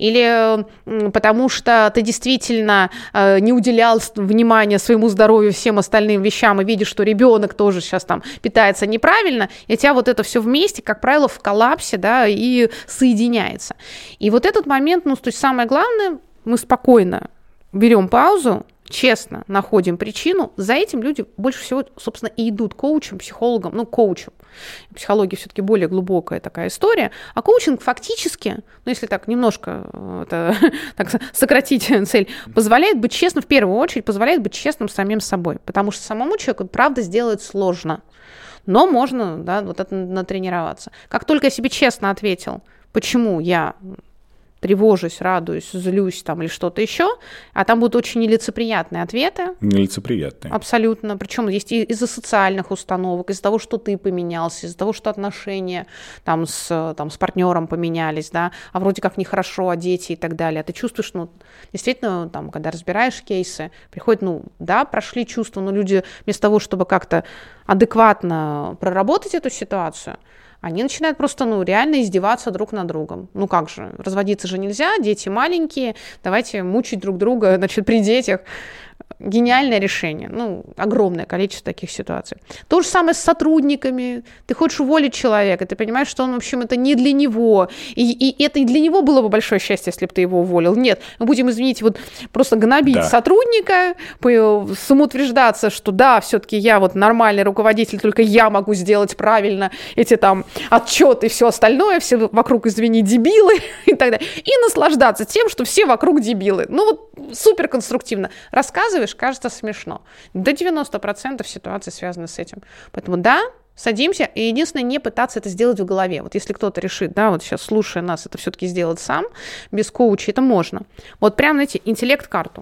Speaker 2: или э, потому что ты действительно э, не уделял внимания своему здоровью, всем остальным вещам, и видишь, что ребенок тоже сейчас там питается неправильно, и у тебя вот это все вместе, как правило, в коллапсе, да, и соединяется. И вот этот момент, ну, то есть самое главное, мы спокойно берем паузу, честно находим причину, за этим люди больше всего, собственно, и идут коучем, психологом, ну, коучем. Психология все-таки более глубокая такая история, а коучинг фактически, ну, если так немножко это, так, сократить цель, позволяет быть честным, в первую очередь, позволяет быть честным с самим собой, потому что самому человеку, правда, сделать сложно, но можно, да, вот это натренироваться. Как только я себе честно ответил, почему я тревожусь, радуюсь, злюсь там или что-то еще, а там будут очень нелицеприятные ответы.
Speaker 1: Нелицеприятные.
Speaker 2: Абсолютно. Причем есть и из-за социальных установок, из-за того, что ты поменялся, из-за того, что отношения там с, там, с партнером поменялись, да, а вроде как нехорошо, а дети и так далее. А ты чувствуешь, ну, действительно, там, когда разбираешь кейсы, приходит, ну, да, прошли чувства, но люди вместо того, чтобы как-то адекватно проработать эту ситуацию, они начинают просто, ну, реально издеваться друг над другом. Ну как же, разводиться же нельзя, дети маленькие, давайте мучить друг друга, значит, при детях. Гениальное решение. Ну, огромное количество таких ситуаций. То же самое с сотрудниками. Ты хочешь уволить человека, ты понимаешь, что он, в общем, это не для него. И, и это и для него было бы большое счастье, если бы ты его уволил. Нет, мы будем, извините, вот просто гнобить да. сотрудника, самоутверждаться, что да, все-таки я вот нормальный руководитель, только я могу сделать правильно эти там отчеты и все остальное, все вокруг, извини, дебилы и так далее. И наслаждаться тем, что все вокруг дебилы. Ну вот супер конструктивно. Рассказываешь, кажется смешно. До девяносто процентов ситуаций связаны с этим. Поэтому да, садимся, и единственное, не пытаться это сделать в голове. Вот если кто-то решит, да, вот сейчас, слушая нас, это все-таки сделать сам, без коуча, это можно. Вот прям, знаете, интеллект-карту.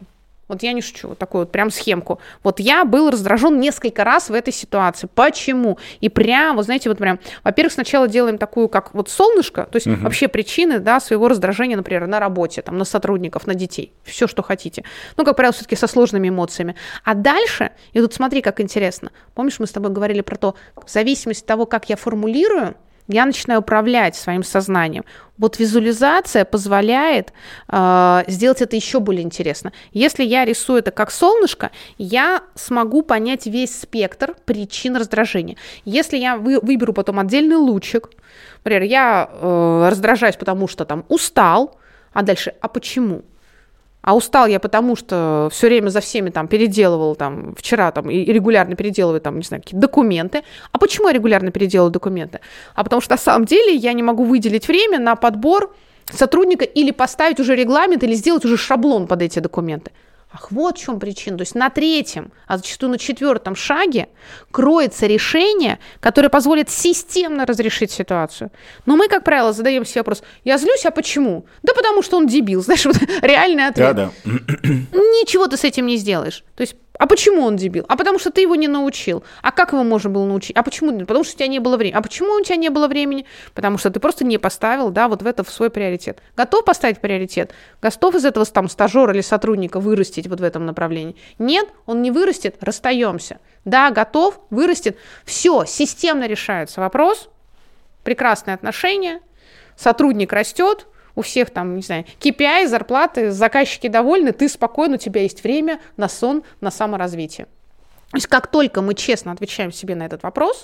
Speaker 2: Вот я не шучу, вот такую вот прям схемку. Вот я был раздражен несколько раз в этой ситуации. Почему? И прям, вот знаете, вот прям, во-первых, сначала делаем такую, как вот солнышко, то есть угу. вообще причины, да, своего раздражения, например, на работе, там, на сотрудников, на детей, все, что хотите. Ну, как правило, все-таки со сложными эмоциями. А дальше, и тут смотри, как интересно. Помнишь, мы с тобой говорили про то, в зависимости от того, как я формулирую, я начинаю управлять своим сознанием. Вот визуализация позволяет э, сделать это еще более интересно. Если я рисую это как солнышко, я смогу понять весь спектр причин раздражения. Если я вы, выберу потом отдельный лучик, например, я э, раздражаюсь, потому что там устал, а дальше, а почему? А устал я потому, что все время за всеми там переделывал, там, вчера там, и регулярно переделываю, там, не знаю, какие-то документы. А почему я регулярно переделываю документы? А потому что на самом деле я не могу выделить время на подбор сотрудника или поставить уже регламент, или сделать уже шаблон под эти документы. Ах, вот в чем причина. То есть на третьем, а зачастую на четвертом шаге кроется решение, которое позволит системно разрешить ситуацию. Но мы, как правило, задаем себе вопрос: я злюсь, а почему? Да потому что он дебил. Знаешь, вот реальный ответ.
Speaker 1: Да, да.
Speaker 2: Ничего ты с этим не сделаешь. То есть, а почему он дебил? А потому что ты его не научил. А как его можно было научить? А почему? Потому что у тебя не было времени. А почему у тебя не было времени? Потому что ты просто не поставил, да, вот в это в свой приоритет. Готов поставить приоритет? Готов из этого там стажера или сотрудника вырастить вот в этом направлении? Нет, он не вырастет, расстаемся. Да, готов, вырастет. Все, системно решается вопрос. Прекрасные отношения. Сотрудник растет. У всех там, не знаю, кей пи ай, зарплаты, заказчики довольны, ты спокойно, у тебя есть время на сон, на саморазвитие. То есть как только мы честно отвечаем себе на этот вопрос,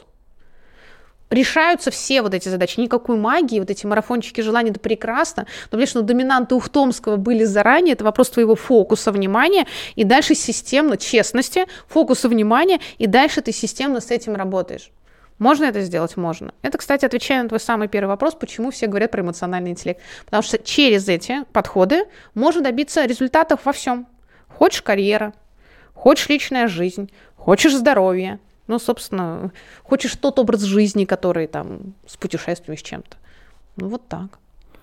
Speaker 2: решаются все вот эти задачи. Никакой магии, вот эти марафончики желаний, это прекрасно. Но, конечно, доминанты Ухтомского были заранее, это вопрос твоего фокуса внимания, и дальше системно, честности, фокуса внимания, и дальше ты системно с этим работаешь. Можно это сделать? Можно. Это, кстати, отвечая на твой самый первый вопрос, почему все говорят про эмоциональный интеллект. Потому что через эти подходы можно добиться результатов во всем. Хочешь карьера, хочешь личная жизнь, хочешь здоровье, ну, собственно, хочешь тот образ жизни, который там с путешествиями, с чем-то. Ну, вот так.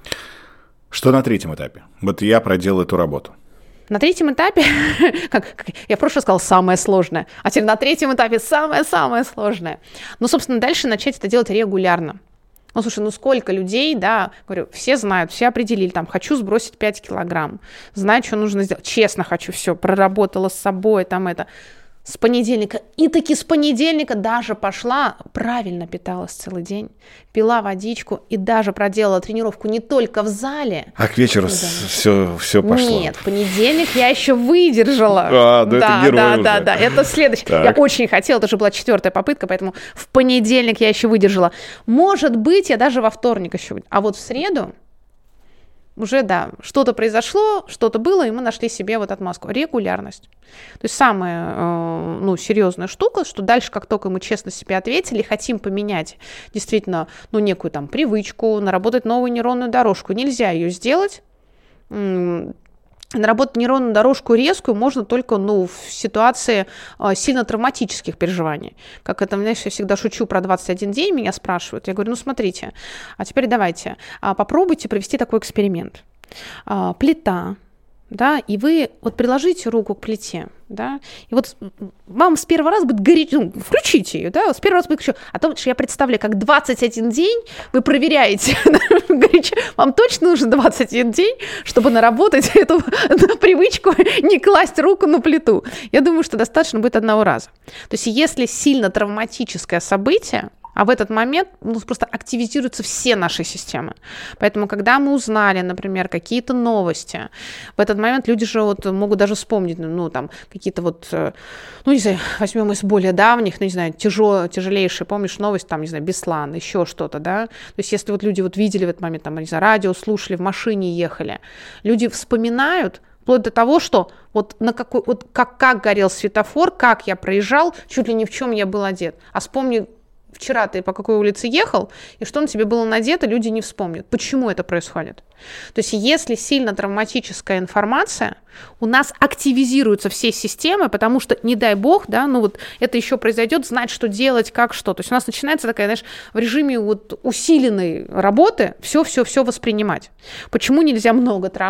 Speaker 1: Что на третьем этапе? Вот я проделал эту работу.
Speaker 2: На третьем этапе, как, как я в прошлый раз сказала, самое сложное, а теперь на третьем этапе самое-самое сложное. Ну, собственно, дальше начать это делать регулярно. Ну, слушай, ну сколько людей, да, говорю, все знают, все определили, там, хочу сбросить пять килограмм, знаю, что нужно сделать, честно хочу, все, проработала с собой, там это... С понедельника, и таки с понедельника даже пошла, правильно питалась целый день, пила водичку и даже проделала тренировку не только в зале.
Speaker 1: А к вечеру все, все пошло.
Speaker 2: Нет, в понедельник я еще выдержала.
Speaker 1: А, ну
Speaker 2: да,
Speaker 1: это герой
Speaker 2: да,
Speaker 1: уже.
Speaker 2: да, да, это следующее.
Speaker 1: Так.
Speaker 2: Я очень хотела, это уже была четвертая попытка, поэтому в понедельник я еще выдержала. Может быть, я даже во вторник еще, а вот в среду уже, да, что-то произошло, что-то было, и мы нашли себе вот отмазку. Регулярность. То есть самая э, ну, серьезная штука, что дальше, как только мы честно себе ответили, хотим поменять действительно ну, некую там привычку, наработать новую нейронную дорожку, нельзя ее сделать. Наработать нейронную дорожку резкую можно только ну, в ситуации э, сильно травматических переживаний. Как это, знаешь, я всегда шучу про двадцать один день, меня спрашивают. Я говорю, ну смотрите, а теперь давайте, а, попробуйте провести такой эксперимент. А, плита, да, и вы вот приложите руку к плите, да, и вот вам с первого раза будет горячо, ну, включите ее, да, с первого раза будет горячо, а то, что я представляю, как двадцать один день вы проверяете, горячо, вам точно нужен двадцать один день, чтобы наработать эту привычку не класть руку на плиту. Я думаю, что достаточно будет одного раза. То есть если сильно травматическое событие, а в этот момент ну, просто активизируются все наши системы. Поэтому, когда мы узнали, например, какие-то новости, в этот момент люди же вот могут даже вспомнить, ну, там, какие-то вот, ну, не знаю, возьмем из более давних, ну, не знаю, тяжел, тяжелейшие, помнишь, новость, там, не знаю, Беслан, еще что-то, да? То есть, если вот люди вот видели в этот момент, там, не знаю, радио слушали, в машине ехали, люди вспоминают, вплоть до того, что вот, на какой, вот как, как горел светофор, как я проезжал, чуть ли не в чем я был одет. А вспомни, вчера ты по какой улице ехал, и что на тебе было надето, люди не вспомнят. Почему это происходит? То есть если сильно травматическая информация, у нас активизируются все системы, потому что, не дай бог, да, ну вот это еще произойдет, знать, что делать, как что. То есть у нас начинается такая, знаешь, в режиме вот усиленной работы все-все-все воспринимать. Почему нельзя много травм?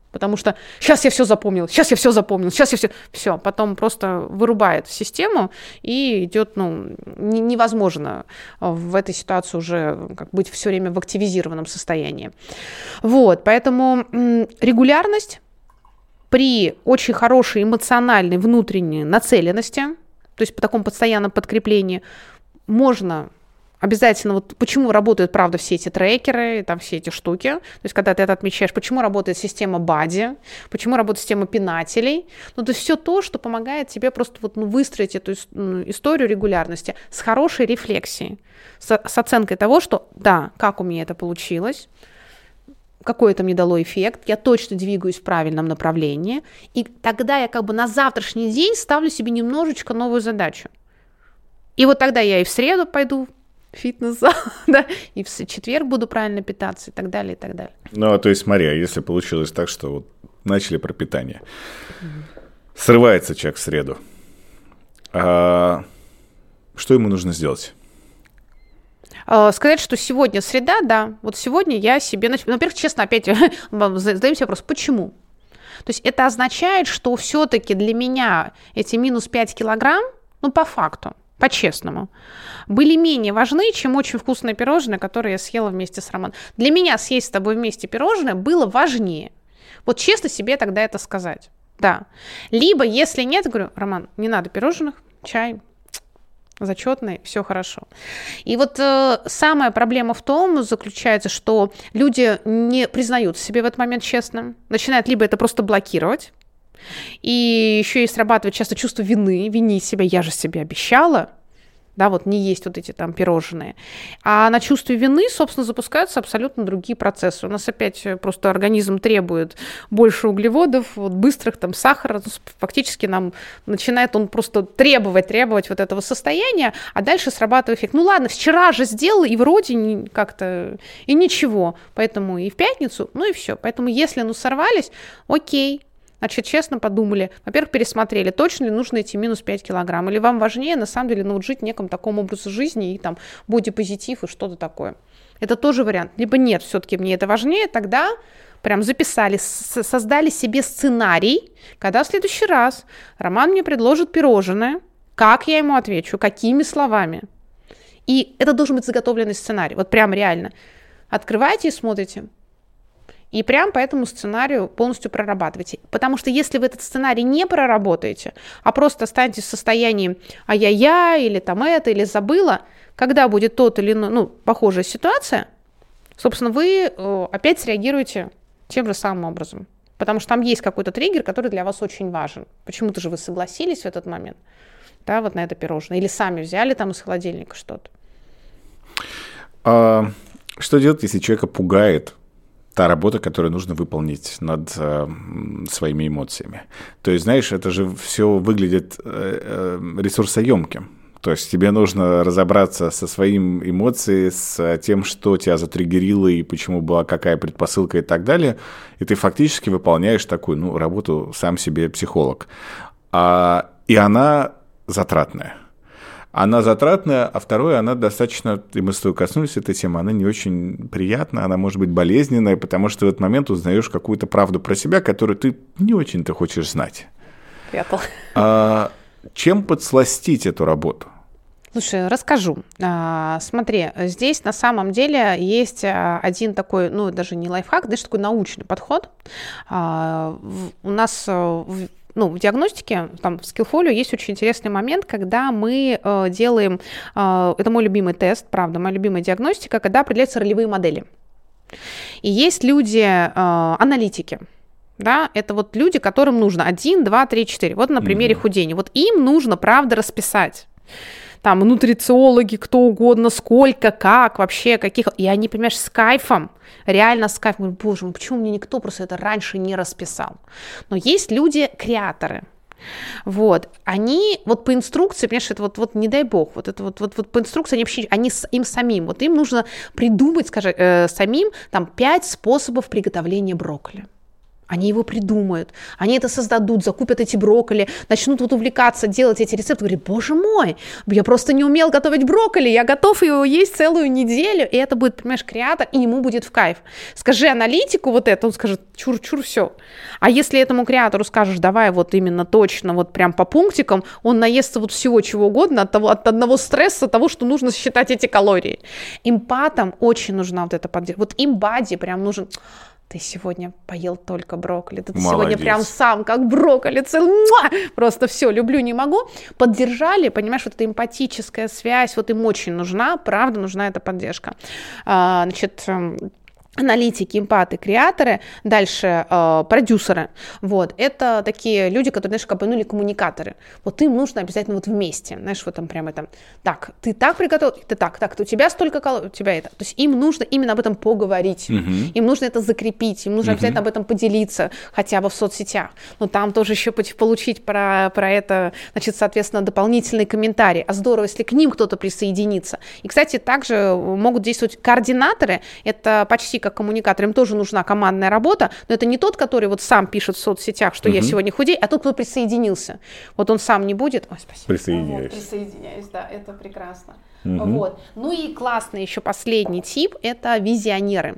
Speaker 2: Потому что сейчас я все запомнил, сейчас я все запомнил, сейчас я все... Все, потом просто вырубает систему, и идет, ну, не, невозможно в этой ситуации уже как быть все время в активизированном состоянии. Вот, поэтому м, регулярность при очень хорошей эмоциональной внутренней нацеленности, то есть по такому постоянному подкреплению, можно... Обязательно, вот почему работают, правда, все эти трекеры, там все эти штуки, то есть когда ты это отмечаешь, почему работает система бади, почему работает система пинателей, ну, то есть все то, что помогает тебе просто вот, ну, выстроить эту историю регулярности с хорошей рефлексией, с, с оценкой того, что да, как у меня это получилось, какой это мне дало эффект, я точно двигаюсь в правильном направлении, и тогда я как бы на завтрашний день ставлю себе немножечко новую задачу. И вот тогда я и в среду пойду фитнес-зал, да, и в четверг буду правильно питаться и так далее, и так далее.
Speaker 1: Ну, то есть, смотри, а если получилось так, что вот начали про питание, угу. срывается человек в среду, а что ему нужно сделать?
Speaker 2: А, сказать, что сегодня среда, да, вот сегодня я себе... Во-первых, честно, опять задаем себе вопрос, почему? То есть это означает, что все-таки для меня эти минус пять килограмм, ну, по факту, по-честному, были менее важны, чем очень вкусное пирожное, которое я съела вместе с Романом. Для меня съесть с тобой вместе пирожное было важнее. Вот честно себе тогда это сказать. Да. Либо, если нет, говорю, Роман, не надо пирожных, чай зачетный, все хорошо. И вот э, самая проблема в том заключается, что люди не признают себе в этот момент честно, начинают либо это просто блокировать, и еще и срабатывает часто чувство вины, винить себя, я же себе обещала, да, вот не есть вот эти там пирожные. А на чувстве вины, собственно, запускаются абсолютно другие процессы. У нас опять просто организм требует больше углеводов, вот быстрых там сахара, фактически нам начинает он просто требовать, требовать вот этого состояния, а дальше срабатывает эффект. Ну ладно, вчера же сделала, и вроде как-то и ничего, поэтому и в пятницу, ну и все. Поэтому если ну сорвались, окей. Значит, честно подумали, во-первых, пересмотрели, точно ли нужно эти минус пять килограмм, или вам важнее, на самом деле, ну, вот жить в неком таком образе жизни и там бодипозитив и что-то такое. Это тоже вариант. Либо нет, все-таки мне это важнее, тогда прям записали, создали себе сценарий, когда в следующий раз Роман мне предложит пирожное, как я ему отвечу, какими словами. И это должен быть заготовленный сценарий, вот прям реально. Открывайте и смотрите. И прям по этому сценарию полностью прорабатывайте. Потому что если вы этот сценарий не проработаете, а просто останетесь в состоянии ай-яй-яй, или там это, или забыла, когда будет тот или иной, ну, похожая ситуация, собственно, вы э, опять среагируете тем же самым образом. Потому что там есть какой-то триггер, который для вас очень важен. Почему-то же вы согласились в этот момент, да, вот на это пирожное. Или сами взяли там из холодильника что-то.
Speaker 1: А что делать, если человека пугает та работа, которую нужно выполнить над э, своими эмоциями? То есть, знаешь, это же все выглядит э, э, ресурсоемким. То есть тебе нужно разобраться со своими эмоциями, с тем, что тебя затриггерило и почему была какая предпосылка и так далее. И ты фактически выполняешь такую, ну, работу сам себе психолог. А, и она затратная. Она затратная, а второе, она достаточно, и мы с тобой коснулись этой темы, она не очень приятная, она может быть болезненная, потому что в этот момент узнаешь какую-то правду про себя, которую ты не очень-то хочешь знать.
Speaker 2: Прятал.
Speaker 1: А чем подсластить эту работу?
Speaker 2: Слушай, расскажу. А, смотри, здесь на самом деле есть один такой, ну, даже не лайфхак, даже такой научный подход. А, в, у нас в, ну, в диагностике, там, в Skillfolio есть очень интересный момент, когда мы э, делаем, э, это мой любимый тест, правда, моя любимая диагностика, когда определяются ролевые модели. И есть люди, э, аналитики, да, это вот люди, которым нужно один, два, три, четыре. Вот на примере mm-hmm. худения. Вот им нужно, правда, расписать. Там нутрициологи, кто угодно, сколько, как, вообще, каких... И они, понимаешь, с кайфом, реально с кайфом. Боже мой, почему мне никто просто это раньше не расписал? Но есть люди-креаторы. Вот, они вот по инструкции, понимаешь, это вот, вот не дай бог, вот это вот, вот, вот по инструкции они вообще, они с, им самим, вот им нужно придумать, скажем, э, самим там пять способов приготовления брокколи. Они его придумают, они это создадут, закупят эти брокколи, начнут вот увлекаться, делать эти рецепты. Говорит, боже мой, я просто не умел готовить брокколи, я готов его есть целую неделю, и это будет, понимаешь, креатор, и ему будет в кайф. Скажи аналитику вот это, он скажет, чур-чур, все. А если этому креатору скажешь, давай вот именно точно, вот прям по пунктикам, он наестся вот всего чего угодно от, того, от одного стресса, того, что нужно считать эти калории. Эмпатам очень нужна вот эта поддержка. Вот эмбади прям нужен... Ты сегодня поел только брокколи, ты
Speaker 1: Молодец.
Speaker 2: Сегодня прям сам как брокколи, цел... Муа! Просто все, люблю, не могу. Поддержали, понимаешь, вот эта эмпатическая связь, вот им очень нужна, правда, нужна эта поддержка. А, значит, аналитики, эмпаты, креаторы, дальше э, продюсеры, вот, это такие люди, которые, знаешь, как бы, ну, или коммуникаторы, вот им нужно обязательно вот вместе, знаешь, вот там прямо это, так, ты так приготовил, ты так, так, у тебя столько калорий, у тебя это, то есть им нужно именно об этом поговорить, uh-huh. им нужно это закрепить, им нужно uh-huh. обязательно об этом поделиться, хотя бы в соцсетях, но там тоже еще получить про, про это, значит, соответственно, дополнительный комментарий, а здорово, если к ним кто-то присоединится, и, кстати, также могут действовать координаторы, это почти как коммуникатор, им тоже нужна командная работа, но это не тот, который вот сам пишет в соцсетях, что uh-huh. я сегодня худею, а тот, кто присоединился. Вот он сам не будет. Ой, спасибо.
Speaker 1: Присоединяюсь.
Speaker 2: Вот, присоединяюсь, да, это прекрасно. Uh-huh. Вот. Ну и классный еще последний тип – это визионеры.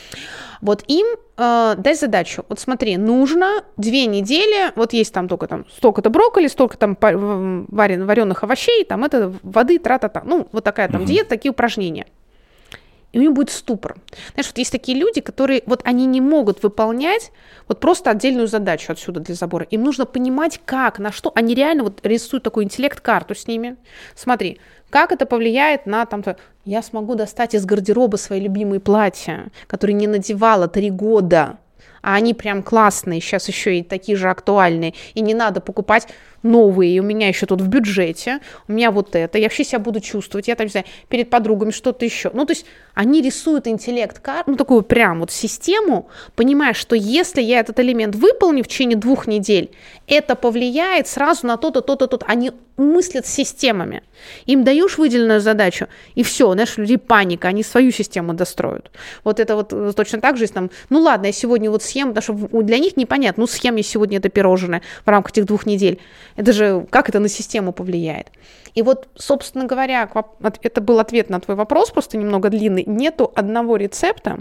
Speaker 2: Вот им э, дай задачу. Вот смотри, нужно две недели, вот есть там только там столько-то брокколи, столько там варен, вареных овощей, там это воды, тра-та-та. Ну, вот такая там uh-huh. диета, такие упражнения. И у него будет ступор. Знаешь, вот есть такие люди, которые, вот они не могут выполнять вот просто отдельную задачу отсюда для забора. Им нужно понимать, как, на что. Они реально вот рисуют такую интеллект-карту с ними. Смотри, как это повлияет на там... Я смогу достать из гардероба свои любимые платья, которые не надевала три года. А они прям классные, сейчас еще и такие же актуальные. И не надо покупать новые, и у меня еще тут в бюджете, у меня вот это, я вообще себя буду чувствовать, я там, не знаю, перед подругами что-то еще. Ну, то есть они рисуют интеллект, ну, такую прям вот систему, понимая, что если я этот элемент выполню в течение двух недель, это повлияет сразу на то-то, то-то, то-то. Они мыслят системами. Им даешь выделенную задачу, и все, знаешь, у людей паника, они свою систему достроят. Вот это вот точно так же, если там, ну, ладно, я сегодня вот съем, потому что для них непонятно, ну, съем я сегодня это пирожное в рамках этих двух недель. Это же, как это на систему повлияет? И вот, собственно говоря, это был ответ на твой вопрос, просто немного длинный. Нету одного рецепта,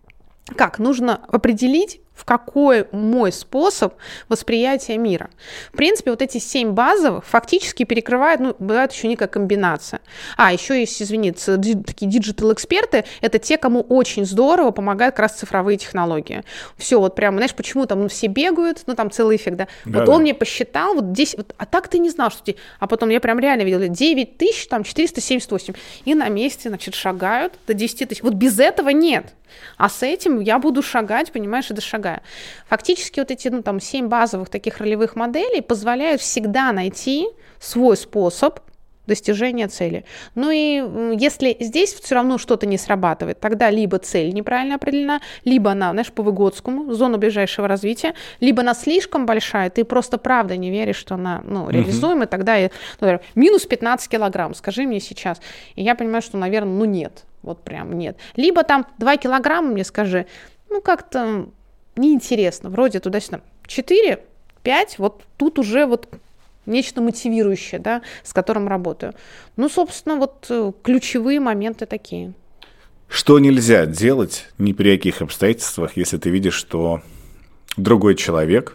Speaker 2: как нужно определить, в какой мой способ восприятия мира. В принципе, вот эти семь базовых фактически перекрывают, ну, бывает еще некая комбинация. А, еще есть, извините, такие диджитал-эксперты, это те, кому очень здорово помогают как раз цифровые технологии. Все, вот прямо, знаешь, почему там ну, все бегают, ну, там целый эффект, да. да вот да. Он мне посчитал, вот десять, вот, а так ты не знал, что... А потом я прям реально видела девять тысяч, там, четыреста семьдесят восемь, и на месте, значит, шагают до десять тысяч. Вот без этого нет. А с этим я буду шагать, понимаешь, и дошагаю. Фактически вот эти, ну, там, семь базовых таких ролевых моделей позволяют всегда найти свой способ достижения цели. Ну и если здесь все равно что-то не срабатывает, тогда либо цель неправильно определена, либо она, знаешь, по Выгодскому, зона ближайшего развития, либо она слишком большая, ты просто правда не веришь, что она, ну, реализуема, и тогда я, например, минус пятнадцать килограмм, скажи мне сейчас. И я понимаю, что, наверное, ну нет, вот прям нет. Либо там два килограмма мне скажи, ну как-то неинтересно, вроде туда-сюда. четыре, пять, вот тут уже вот нечто мотивирующее, да, с которым работаю. Ну, собственно, вот ключевые моменты такие.
Speaker 1: Что нельзя делать ни при каких обстоятельствах, если ты видишь, что другой человек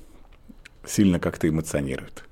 Speaker 1: сильно как-то эмоционирует?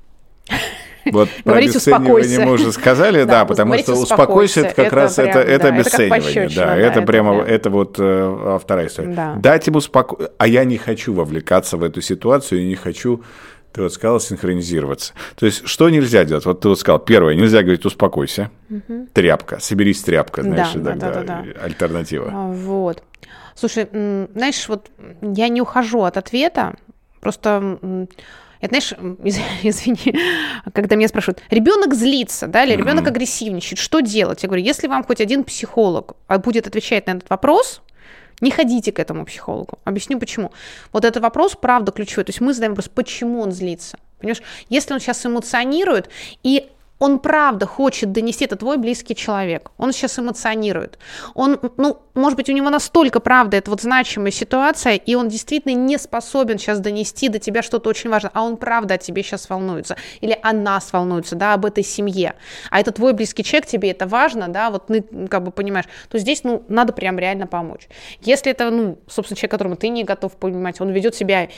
Speaker 1: Вот про обесценивание мы уже сказали, да, потому что успокойся, это как раз это обесценивание, да, это прямо, это вот вторая история. Дать ему спокойствие, а я не хочу вовлекаться в эту ситуацию, и не хочу, ты вот сказал, синхронизироваться. То есть, что нельзя делать? Вот ты вот сказал, первое, нельзя говорить успокойся, тряпка, соберись тряпка, знаешь, тогда альтернатива.
Speaker 2: Вот. Слушай, знаешь, вот я не ухожу от ответа, просто... Это, знаешь, извини, когда меня спрашивают, ребенок злится, да, или ребенок mm-hmm. агрессивничает, что делать? Я говорю, если вам хоть один психолог будет отвечать на этот вопрос, не ходите к этому психологу. Объясню почему. Вот этот вопрос, правда, ключевой. То есть мы задаем вопрос, почему он злится. Понимаешь, если он сейчас эмоционирует, и он правда хочет донести, это твой близкий человек, он сейчас эмоционирует, он, ну, может быть, у него настолько, правда, это вот значимая ситуация, и он действительно не способен сейчас донести до тебя что-то очень важное, а он правда о тебе сейчас волнуется, или о нас волнуется, да, об этой семье, а это твой близкий человек, тебе это важно, да, вот ты, как бы, понимаешь, то здесь, ну, надо прям реально помочь. Если это, ну, собственно, человек, которому ты не готов понимать, он ведет себя,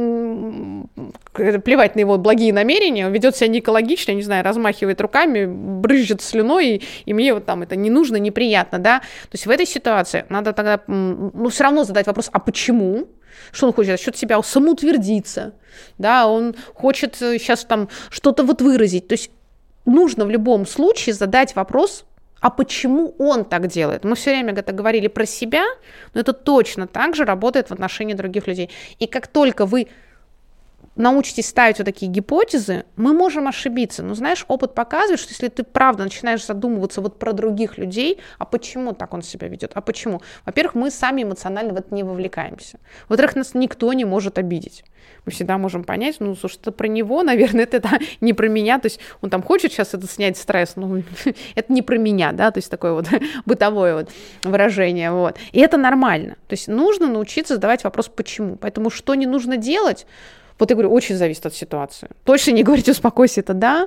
Speaker 2: плевать на его благие намерения, он ведет себя не экологично, я не знаю, размахивает руками, брызжет слюной, и, и мне вот там это не нужно, неприятно, да. То есть в этой ситуации надо тогда, ну, все равно задать вопрос, а почему? Что он хочет? За счет себя самоутвердиться, да, он хочет сейчас там что-то вот выразить. То есть нужно в любом случае задать вопрос, а почему он так делает? Мы все время это говорили про себя, но это точно так же работает в отношении других людей. И как только вы научитесь ставить вот такие гипотезы, мы можем ошибиться. Но знаешь, опыт показывает, что если ты правда начинаешь задумываться вот про других людей, а почему так он себя ведет, а почему? Во-первых, мы сами эмоционально в это не вовлекаемся. Во-вторых, нас никто не может обидеть. Мы всегда можем понять, ну, слушай, это про него, наверное, это, это не про меня, то есть он там хочет сейчас это снять стресс, ну, это не про меня, да, то есть такое вот бытовое вот выражение, вот. И это нормально. То есть нужно научиться задавать вопрос «почему?». Поэтому что не нужно делать? Вот я говорю, очень зависит от ситуации. Точно не говорите «успокойся», это да.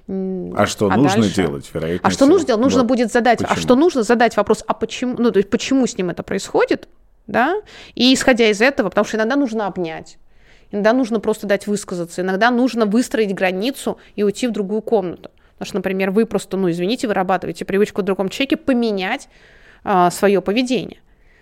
Speaker 1: А что а нужно дальше? делать, вероятно?
Speaker 2: А что нужно делать? Нужно
Speaker 1: вот.
Speaker 2: будет задать, почему? а что нужно задать вопрос, а почему, ну, то есть почему с ним это происходит, да, и исходя из этого, потому что иногда нужно обнять, иногда нужно просто дать высказаться, иногда нужно выстроить границу и уйти в другую комнату. Потому что, например, вы просто, ну, извините, вырабатываете привычку в другом человеке поменять а, свое поведение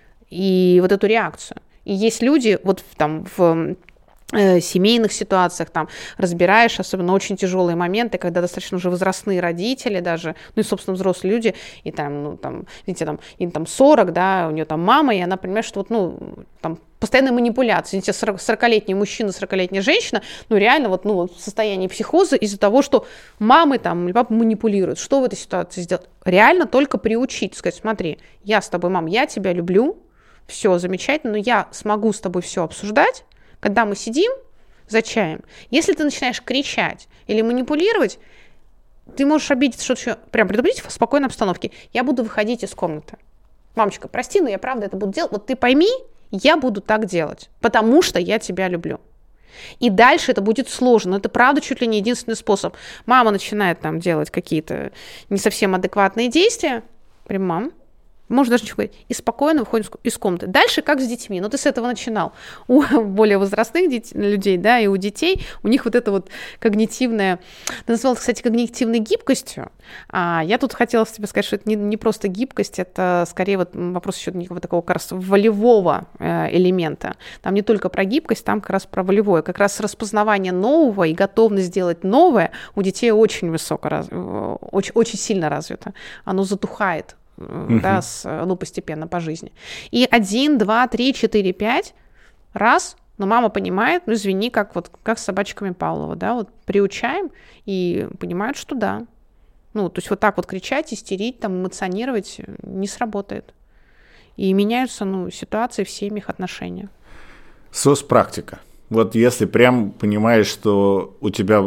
Speaker 2: и вот эту реакцию. И есть люди, вот там в семейных ситуациях, там, разбираешь, особенно очень тяжелые моменты, когда достаточно уже возрастные родители даже, ну и, собственно, взрослые люди, и там, ну, там, видите, там, им там сорок, да, у нее там мама, и она понимает, что вот, ну, там, постоянная манипуляция. Видите, сорокалетний мужчина, сорокалетняя женщина, ну, реально вот, ну, в состоянии психоза из-за того, что мамы там или папа манипулируют. Что в этой ситуации сделать? Реально только приучить, сказать, смотри, я с тобой, мам, я тебя люблю, все замечательно, но я смогу с тобой все обсуждать, когда мы сидим за чаем. Если ты начинаешь кричать или манипулировать, ты можешь обидеться, что-то еще, прям предупредить в спокойной обстановке. Я буду выходить из комнаты. Мамочка, прости, но я правда это буду делать. Вот ты пойми, я буду так делать, потому что я тебя люблю. И дальше это будет сложно. Но это правда чуть ли не единственный способ. Мама начинает там делать какие-то не совсем адекватные действия. Прям, мам, можно даже ничего говорить, и спокойно выходим из комнаты. Дальше как с детьми. Ну, ты с этого начинал. У более возрастных детей, людей, да, и у детей, у них вот это вот когнитивное, ты назвал, кстати, когнитивной гибкостью. А я тут хотела тебе сказать, что это не, не просто гибкость, это скорее вот вопрос еще некого такого как раз волевого элемента. Там не только про гибкость, там как раз про волевое. Как раз распознавание нового и готовность сделать новое у детей очень высоко, очень, очень сильно развито. Оно затухает. Uh-huh. Да, с, ну, постепенно по жизни. И один, два, три, четыре, пять раз, но мама понимает, ну, извини, как, вот, как с собачками Павлова, да, вот приучаем и понимают, что да. Ну, то есть вот так вот кричать, истерить, там, эмоционировать не сработает. И меняются, ну, ситуации в семьях, отношения.
Speaker 1: Соцпрактика. Вот если прям понимаешь, что у тебя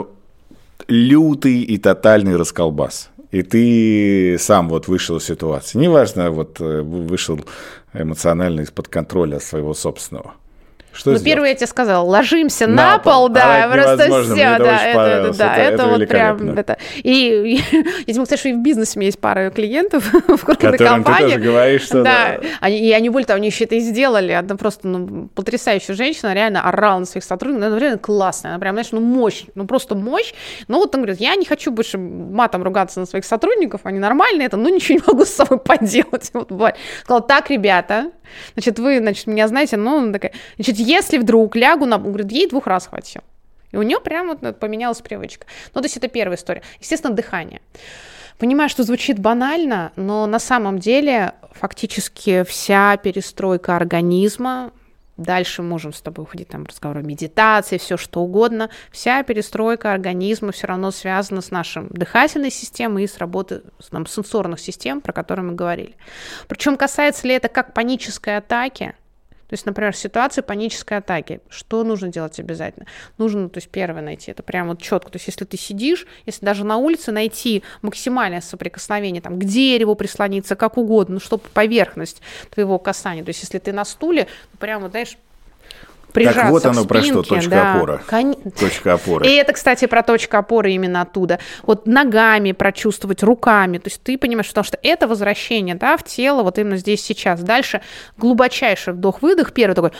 Speaker 1: лютый и тотальный расколбас, и ты сам вот вышел из ситуации. Неважно, вот вышел эмоционально из-под контроля своего собственного. Что
Speaker 2: ну,
Speaker 1: сделать?
Speaker 2: Первое я тебе сказала, ложимся на, на пол, пол, да, просто все, да, это, это, да, это, это вот прям, это. И я могу сказать, что и в бизнесе у меня есть пара клиентов в крупной компании.
Speaker 1: Ты тоже говоришь, что
Speaker 2: да. да. Они, и они, более того, они еще это и сделали. Она просто, ну, потрясающая женщина, реально орала на своих сотрудников, она реально классная, она прям, знаешь, ну, мощь, ну, просто мощь. Но вот он говорит, я не хочу больше матом ругаться на своих сотрудников, они нормальные, это, ну, ничего не могу с собой поделать. Вот, бывает. Сказала, так, ребята, значит, вы, значит, меня знаете, ну, она такая, значит, если вдруг лягу на... Говорит, ей двух раз хватило. И у нее прямо вот поменялась привычка. Ну, то есть это первая история. Естественно, дыхание. Понимаю, что звучит банально, но на самом деле фактически вся перестройка организма, дальше можем с тобой уходить там в разговор о медитации, все что угодно, вся перестройка организма все равно связана с нашей дыхательной системой и с работой там, сенсорных систем, про которые мы говорили. Причем касается ли это как панической атаки, то То есть, например, ситуация панической атаки. Что нужно делать обязательно? Нужно, то есть, первое найти, это прям вот четко. То есть, если ты сидишь, если даже на улице найти максимальное соприкосновение, там, к дереву прислониться, как угодно, ну, чтобы поверхность твоего касания. То есть, если ты на стуле, прямо, знаешь, прижаться
Speaker 1: так вот
Speaker 2: к
Speaker 1: оно
Speaker 2: спинке,
Speaker 1: про что, точка
Speaker 2: да.
Speaker 1: опоры.
Speaker 2: Кон...
Speaker 1: Точка опоры.
Speaker 2: И это, кстати, про точку опоры именно оттуда. Вот ногами прочувствовать, руками. То есть ты понимаешь, потому что это возвращение, да, в тело вот именно здесь сейчас. Дальше глубочайший вдох-выдох. Первый такой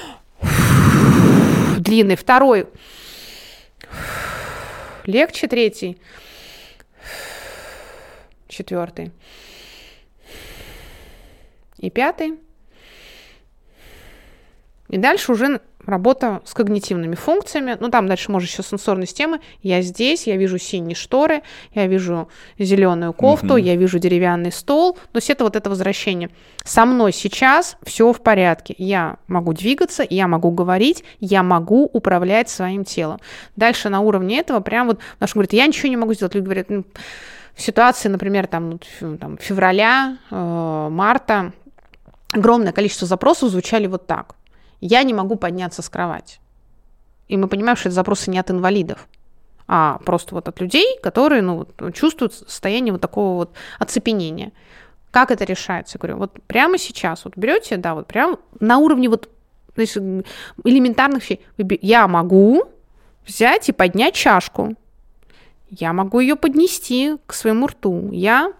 Speaker 2: длинный. Второй легче. Третий. Четвертый. И пятый. И дальше уже работа с когнитивными функциями. Ну, там дальше, может, еще сенсорные системы. Я здесь, я вижу синие шторы, я вижу зеленую кофту, uh-huh. я вижу деревянный стол. То есть это вот это возвращение. Со мной сейчас все в порядке. Я могу двигаться, я могу говорить, я могу управлять своим телом. Дальше на уровне этого прям вот, потому что говорят, я ничего не могу сделать. Люди говорят, ну, в ситуации, например, там, там февраля, э, марта, огромное количество запросов звучали вот так. Я не могу подняться с кровати. И мы понимаем, что это запросы не от инвалидов, а просто вот от людей, которые ну, чувствуют состояние вот такого вот оцепенения. Как это решается? Я говорю, вот прямо сейчас вот берете, да, вот прямо на уровне вот значит, элементарных вещей. Я могу взять и поднять чашку. Я могу ее поднести к своему рту. Я,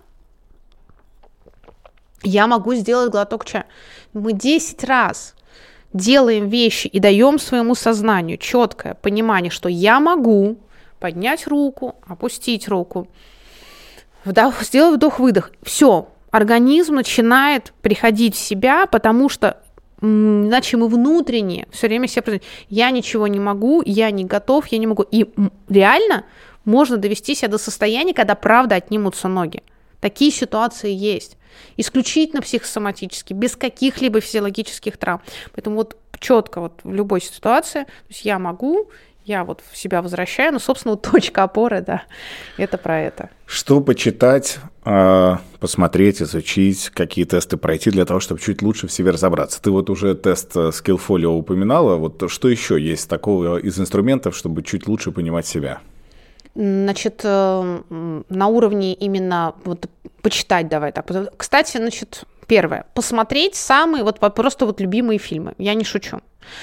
Speaker 2: я могу сделать глоток чая. Мы десять раз делаем вещи и даем своему сознанию четкое понимание, что я могу поднять руку, опустить руку, вдох, сделать вдох-выдох. Все, организм начинает приходить в себя, потому что м- иначе мы внутренне все время себе признаем, я ничего не могу, я не готов, я не могу. И м- реально можно довести себя до состояния, когда правда отнимутся ноги. Такие ситуации есть. Исключительно психосоматически, без каких-либо физиологических травм. Поэтому вот четко вот в любой ситуации, то есть я могу, я вот в себя возвращаю, но, собственно, вот точка опоры, да, это про это.
Speaker 1: Что почитать, посмотреть, изучить, какие тесты пройти для того, чтобы чуть лучше в себе разобраться? Ты вот уже тест Skillfolio упоминала, вот что еще есть такого из инструментов, чтобы чуть лучше понимать себя?
Speaker 2: Значит, на уровне именно вот почитать давай так. Кстати, значит, первое. Посмотреть самые вот просто вот любимые фильмы. Я не шучу.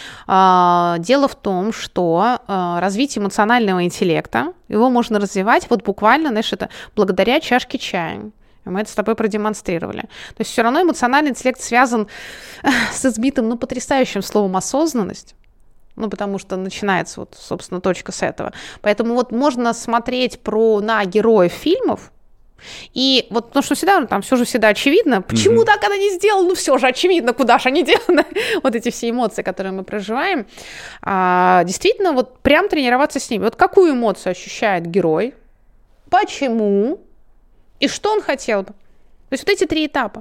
Speaker 2: Дело в том, что развитие эмоционального интеллекта, его можно развивать вот буквально, знаешь, это благодаря чашке чая. Мы это с тобой продемонстрировали. То есть все равно эмоциональный интеллект связан с избитым, ну, потрясающим словом «осознанность». Ну, потому что начинается вот, собственно, точка с этого. Поэтому вот можно смотреть про, на героев фильмов, и вот, потому что всегда, там все же всегда очевидно, почему mm-hmm. так она не сделала, ну все же очевидно, куда же они деланы, вот эти все эмоции, которые мы проживаем. А, действительно, вот прям тренироваться с ними. Вот какую эмоцию ощущает герой, почему и что он хотел бы. То есть вот эти три этапа.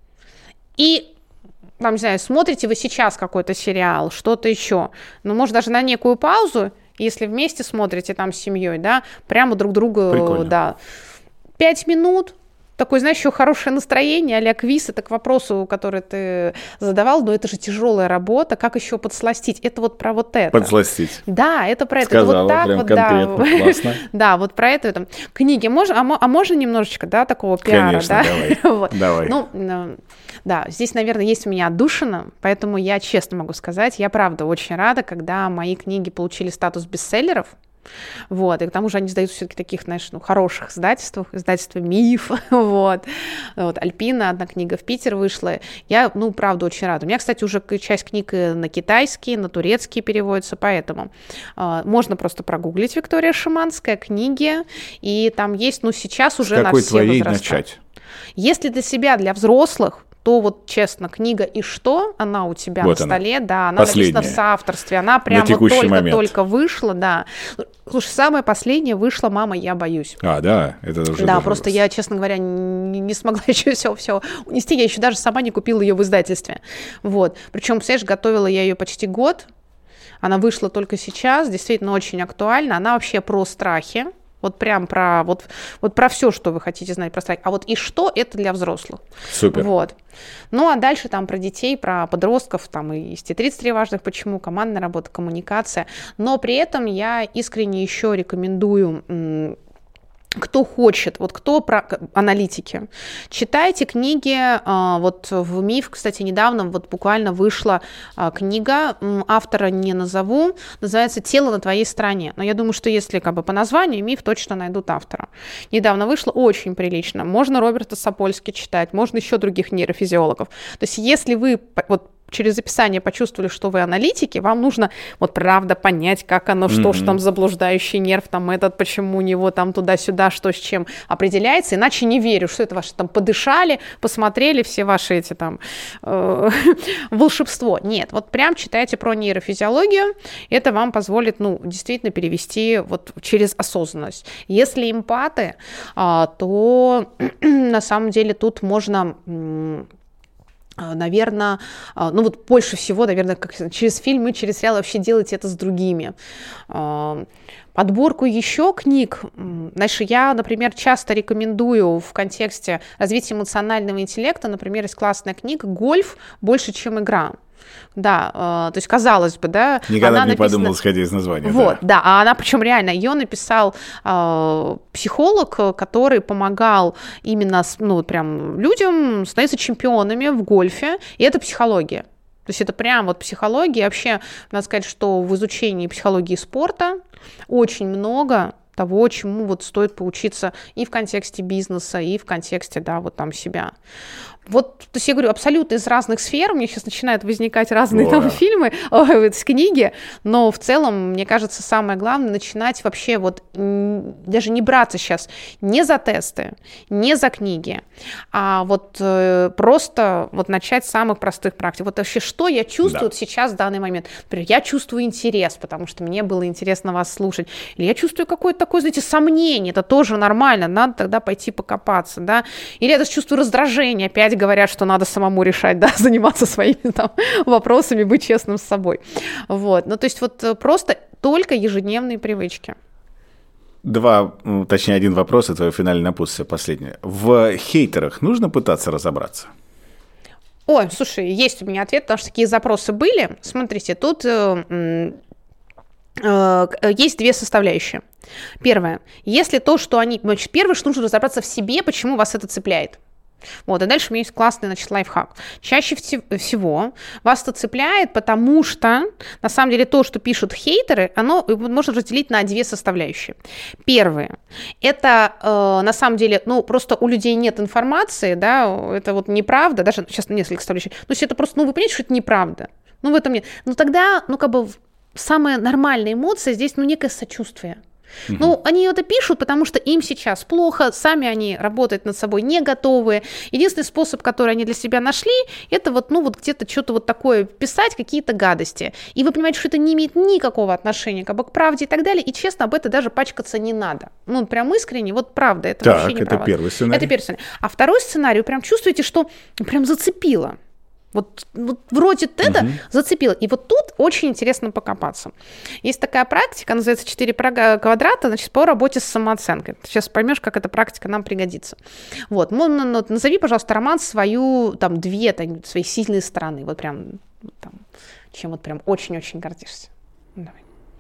Speaker 2: И там, не знаю, смотрите вы сейчас какой-то сериал, что-то еще, ну, может, даже на некую паузу, если вместе смотрите там с семьей, да, прямо друг друга,
Speaker 1: прикольно.
Speaker 2: Да, пять минут, такое, знаешь, еще хорошее настроение, а-ля квиз, это к вопросу, который ты задавал, но это же тяжелая работа, как еще подсластить, это вот про вот это.
Speaker 1: Подсластить.
Speaker 2: Да, это про это.
Speaker 1: Сказала,
Speaker 2: это вот так
Speaker 1: прям
Speaker 2: вот,
Speaker 1: конкретно,
Speaker 2: да.
Speaker 1: классно.
Speaker 2: Да, вот про это, это. Книги, можно, а, а можно немножечко, да, такого пиара,
Speaker 1: конечно,
Speaker 2: да?
Speaker 1: давай,
Speaker 2: вот.
Speaker 1: давай.
Speaker 2: Ну, да, здесь, наверное, есть у меня отдушина, поэтому я честно могу сказать, я правда очень рада, когда мои книги получили статус бестселлеров. Вот, и к тому же они издаются все-таки таких, знаешь, ну, хороших издательствах, издательство «Миф», вот, вот, «Альпина», одна книга в Питер вышла, я, ну, правда, очень рада. У меня, кстати, уже часть книг на китайский, на турецкий переводится, поэтому э, можно просто прогуглить «Виктория Шиманская», книги, и там есть, ну, сейчас уже на все
Speaker 1: твоей
Speaker 2: возраста.
Speaker 1: Начать?
Speaker 2: Если для себя, для взрослых, то вот, честно, книга «И что?» она у тебя вот на столе, она. Да, она последняя. Написана в соавторстве, она прям вот только-только вышла, да. Слушай, самая последняя вышла «Мама, я боюсь».
Speaker 1: А, да, это уже...
Speaker 2: Да, просто я, честно говоря, не, не смогла еще все, все унести, я еще даже сама не купила ее в издательстве. Вот, причем, представляешь, готовила я ее почти год, она вышла только сейчас, действительно очень актуальна, она вообще про страхи. Вот прям про, вот, вот про все, что вы хотите знать про страхи. А вот и что, это для взрослых.
Speaker 1: Супер.
Speaker 2: Вот. Ну, а дальше там про детей, про подростков, там и есть и тридцать три важных почему, командная работа, коммуникация. Но при этом я искренне еще рекомендую... М- Кто хочет, вот кто про аналитики, читайте книги, вот в МИФ, кстати, недавно вот буквально вышла книга, автора не назову, называется «Тело на твоей стороне», но я думаю, что если как бы по названию МИФ точно найдут автора. Недавно вышло, очень прилично, можно Роберта Сапольски читать, можно еще других нейрофизиологов, то есть если вы вот через описание почувствовали, что вы аналитики, вам нужно вот правда понять, как оно, что mm-hmm. ж там заблуждающий нерв, там этот, почему у него там туда-сюда, что с чем определяется, иначе не верю, что это ваши там подышали, посмотрели все ваши эти там э, волшебство. Нет, вот прям читайте про нейрофизиологию, это вам позволит, ну, действительно перевести вот через осознанность. Если эмпаты, э, то на самом деле тут можно... М- наверное, ну вот больше всего, наверное, как через фильмы, через сериалы вообще делать это с другими. Подборку еще книг, знаешь, я, например, часто рекомендую в контексте развития эмоционального интеллекта, например, есть классная книга «Гольф больше, чем игра». Да, э, то есть, казалось бы, да.
Speaker 1: Никогда
Speaker 2: она
Speaker 1: бы не
Speaker 2: написана...
Speaker 1: подумал, исходя из названия.
Speaker 2: Вот,
Speaker 1: да.
Speaker 2: да, а она, причем реально, ее написал э, психолог, который помогал именно, ну, прям людям становиться чемпионами в гольфе, и это психология. То есть это прям вот психология. Вообще, надо сказать, что в изучении психологии спорта очень много того, чему вот стоит поучиться и в контексте бизнеса, и в контексте, да, вот там себя. Вот, то есть я говорю, абсолютно из разных сфер, у меня сейчас начинают возникать разные там фильмы, ой, книги, но в целом, мне кажется, самое главное начинать вообще вот даже не браться сейчас не за тесты, не за книги, а вот э, просто вот начать с самых простых практик. Вот вообще, что я чувствую да. сейчас в данный момент? Например, я чувствую интерес, потому что мне было интересно вас слушать, или я чувствую какое-то такое, знаете, сомнение, это тоже нормально, надо тогда пойти покопаться, да, или я даже чувствую раздражение, опять говорят, что надо самому решать, да, заниматься своими там вопросами, быть честным с собой. Вот. Ну, то есть вот просто только ежедневные привычки.
Speaker 1: Два, точнее, один вопрос, и твое финальное напутствие последнее. В хейтерах нужно пытаться разобраться?
Speaker 2: Ой, слушай, есть у меня ответ, потому что такие запросы были. Смотрите, тут э, э, есть две составляющие. Первое. Если то, что они... Значит, первое, что нужно разобраться в себе, почему вас это цепляет. Вот, и дальше у меня есть классный, значит, лайфхак. Чаще всего вас это цепляет, потому что, на самом деле, то, что пишут хейтеры, оно можно разделить на две составляющие. Первое, это, э, на самом деле, ну, просто у людей нет информации, да, это вот неправда, даже сейчас несколько составляющих, то есть это просто, ну, вы понимаете, что это неправда, ну, в этом нет. Ну, тогда, ну, как бы, самая нормальная эмоция здесь, ну, некое сочувствие. Uh-huh. Ну, они это пишут, потому что им сейчас плохо, сами они работать над собой не готовы. Единственный способ, который они для себя нашли, это вот, ну, вот где-то что-то вот такое писать, какие-то гадости. И вы понимаете, что это не имеет никакого отношения как бы, к правде и так далее, и, честно, об этом даже пачкаться не надо. Ну, прям искренне, вот правда, это
Speaker 1: так,
Speaker 2: вообще не
Speaker 1: это
Speaker 2: правда.
Speaker 1: Первый сценарий.
Speaker 2: Это первый сценарий. А второй сценарий, вы прям чувствуете, что прям зацепило. Вот, вот вроде это uh-huh. зацепило. И вот тут очень интересно покопаться. Есть такая практика, называется четыре квадрата, значит, по работе с самооценкой. Ты сейчас поймешь, как эта практика нам пригодится. Вот. Назови, пожалуйста, Роман, свою, там, две там, свои сильные стороны. Вот прям, там, чем вот прям очень-очень гордишься. Давай.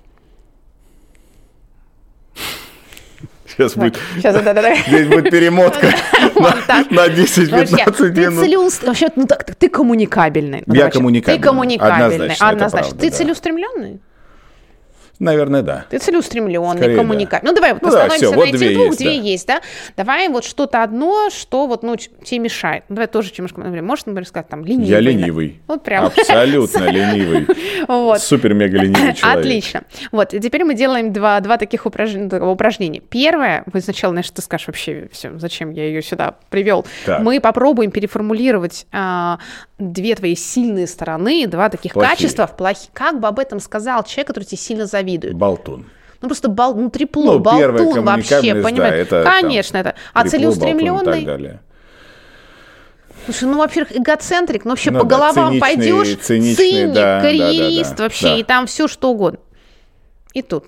Speaker 1: Сейчас будет,
Speaker 2: Сейчас, да, да, да.
Speaker 1: Здесь будет перемотка на десять-пятнадцать минут.
Speaker 2: Вообще, ну так, ты коммуникабельный.
Speaker 1: Я коммуникабельный.
Speaker 2: Ты коммуникабельный,
Speaker 1: однозначно.
Speaker 2: однозначно. Ты целеустремленный?
Speaker 1: Наверное, да.
Speaker 2: Ты целеустремленный,
Speaker 1: Скорее,
Speaker 2: коммуникабельный.
Speaker 1: Да.
Speaker 2: Ну, давай вот
Speaker 1: ну,
Speaker 2: остановимся
Speaker 1: да, все,
Speaker 2: на
Speaker 1: вот
Speaker 2: этих
Speaker 1: две
Speaker 2: двух,
Speaker 1: есть,
Speaker 2: две
Speaker 1: да.
Speaker 2: есть, да? Давай вот что-то одно, что вот, ну, тебе мешает. Давай тоже немножко, например, можешь, например, сказать, там, ленивый.
Speaker 1: Я ленивый.
Speaker 2: Да? Вот прям.
Speaker 1: Абсолютно ленивый.
Speaker 2: Вот.
Speaker 1: Супер-мега-ленивый человек.
Speaker 2: Отлично. Вот, и теперь мы делаем два, два таких упражнения. Первое, вы сначала, знаешь, ты скажешь вообще, все, зачем я ее сюда привел. Так. Мы попробуем переформулировать а, две твои сильные стороны, два таких
Speaker 1: плохие.
Speaker 2: качества. Плохие. Как бы об этом сказал человек, который тебе сильно завидует?
Speaker 1: Болтун.
Speaker 2: Ну, просто бол, ну, трепло, ну, болтун вообще, понимаешь? Да, это, конечно, там, это. А трепло, целеустремленный? Слушай, ну, во-первых, эгоцентрик, ну, вообще ну, по да, головам пойдешь, циник,
Speaker 1: да,
Speaker 2: карьерист
Speaker 1: да, да,
Speaker 2: вообще,
Speaker 1: да,
Speaker 2: и там все что угодно. И тут.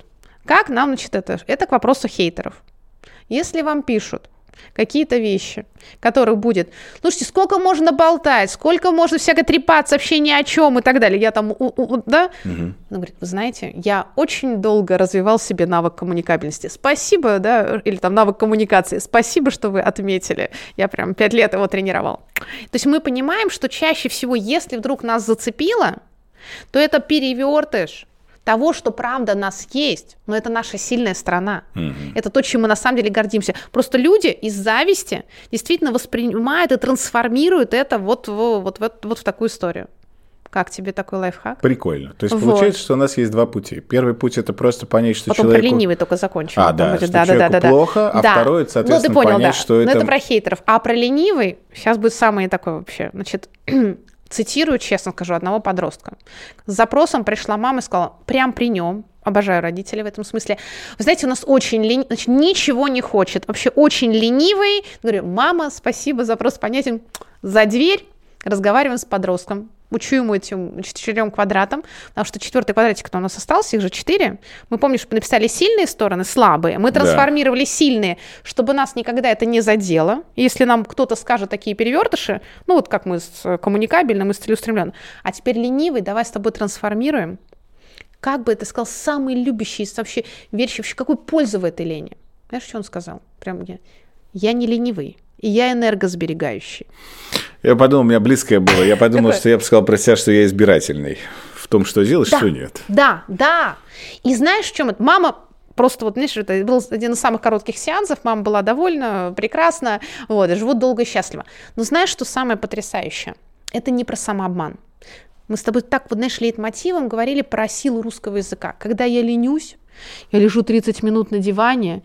Speaker 2: Как нам, значит, это? Это к вопросу хейтеров. Если вам пишут какие-то вещи, которых будет, слушайте, сколько можно болтать, сколько можно всяко трепаться, вообще ни о чем и так далее. Я там, у, у, да? Угу. Он говорит, вы знаете, я очень долго развивал себе навык коммуникабельности. Спасибо, да, или там навык коммуникации. Спасибо, что вы отметили. Я прям пять лет его тренировал. То есть мы понимаем, что чаще всего, если вдруг нас зацепило, то это перевертыш того, что правда нас есть, но это наша сильная сторона. Mm-hmm. Это то, чем мы на самом деле гордимся. Просто люди из зависти действительно воспринимают и трансформируют это вот, вот, вот, вот в такую историю. Как тебе такой лайфхак?
Speaker 1: Прикольно. То есть
Speaker 2: вот.
Speaker 1: Получается, что у нас есть два пути. Первый путь – это просто понять, что
Speaker 2: Потом
Speaker 1: человеку...
Speaker 2: про ленивый только закончим.
Speaker 1: А, да,
Speaker 2: будет.
Speaker 1: что
Speaker 2: да,
Speaker 1: человеку
Speaker 2: да, да,
Speaker 1: плохо,
Speaker 2: да.
Speaker 1: а
Speaker 2: да.
Speaker 1: второй – это, соответственно,
Speaker 2: ну, ты понял,
Speaker 1: понять,
Speaker 2: да.
Speaker 1: что это…
Speaker 2: Но это про хейтеров. А про ленивый сейчас будет самый такой вообще, значит… Цитирую, честно скажу, одного подростка. С запросом пришла мама и сказала, прям при нем, обожаю родителей в этом смысле, вы знаете, у нас очень ленивый, значит, ничего не хочет, вообще очень ленивый. Говорю, мама, спасибо, запрос понятен. За дверь, разговариваем с подростком, учу ему этим четырем квадратам, потому что четвертый квадратик, кто у нас остался, их же четыре. Мы, помнишь, мы написали сильные стороны, слабые. Мы трансформировали да. сильные, чтобы нас никогда это не задело. Если нам кто-то скажет такие перевертыши, ну вот как мы с коммуникабельным и с целеустремленным, а теперь ленивый, давай с тобой трансформируем. Как бы это сказал самый любящий, вообще верящий, вообще какую пользу в этой лени? Знаешь, что он сказал? Прям я, я не ленивый, и я энергосберегающий.
Speaker 1: Я подумал, у меня близкое было. Я подумал, что я бы сказал про себя, что я избирательный. В том, что делаешь,
Speaker 2: да,
Speaker 1: что нет.
Speaker 2: Да, да. И знаешь, в чем это? Мама просто, вот, знаешь, это был один из самых коротких сеансов. Мама была довольна, прекрасна, вот, и живут долго и счастливо. Но знаешь, что самое потрясающее? Это не про самообман. Мы с тобой так, вот, знаешь, лейтмотивом говорили про силу русского языка. Когда я ленюсь, я лежу тридцать минут на диване,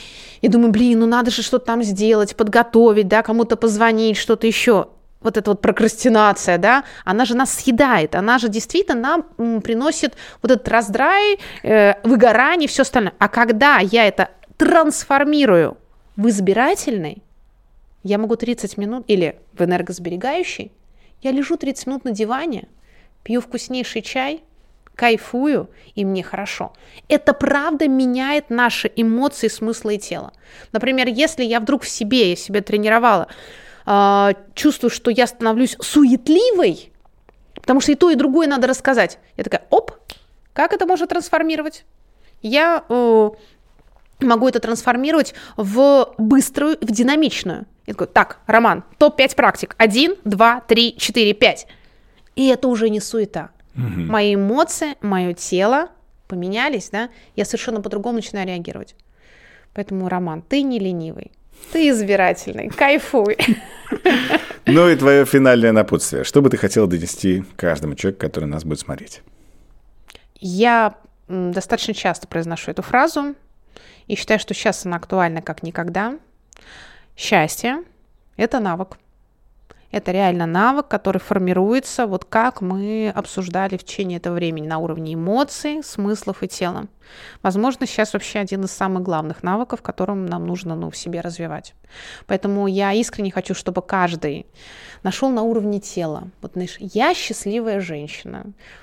Speaker 2: и думаю, блин, ну надо же что-то там сделать, подготовить, да, кому-то позвонить, что-то еще. Вот эта вот прокрастинация, да, она же нас съедает, она же действительно нам м, приносит вот этот раздрай, э, выгорание и все остальное. А когда я это трансформирую в избирательный, я могу тридцать минут, или в энергосберегающий, я лежу тридцать минут на диване, пью вкуснейший чай, кайфую, и мне хорошо. Это правда меняет наши эмоции, смыслы и тело. Например, если я вдруг в себе, я себя тренировала, чувствую, что я становлюсь суетливой, потому что и то, и другое надо рассказать. Я такая, оп, как это можно трансформировать? Я э, могу это трансформировать в быструю, в динамичную. Я такой, так, Роман, топ пять практик. Один, два, три, четыре, пять. И это уже не суета. Угу. Мои эмоции, мое тело поменялись, да? Я совершенно по-другому начинаю реагировать. Поэтому, Роман, ты не ленивый. Ты избирательный, кайфуй.
Speaker 1: Ну и твое финальное напутствие. Что бы ты хотела донести каждому человеку, который нас будет смотреть?
Speaker 2: Я достаточно часто произношу эту фразу и считаю, что сейчас она актуальна как никогда. Счастье – это навык. Это реально навык, который формируется, вот как мы обсуждали в течение этого времени, на уровне эмоций, смыслов и тела. Возможно, сейчас вообще один из самых главных навыков, которым нам нужно, ну, в себе развивать. Поэтому я искренне хочу, чтобы каждый нашел на уровне тела. Вот, знаешь, я счастливая женщина.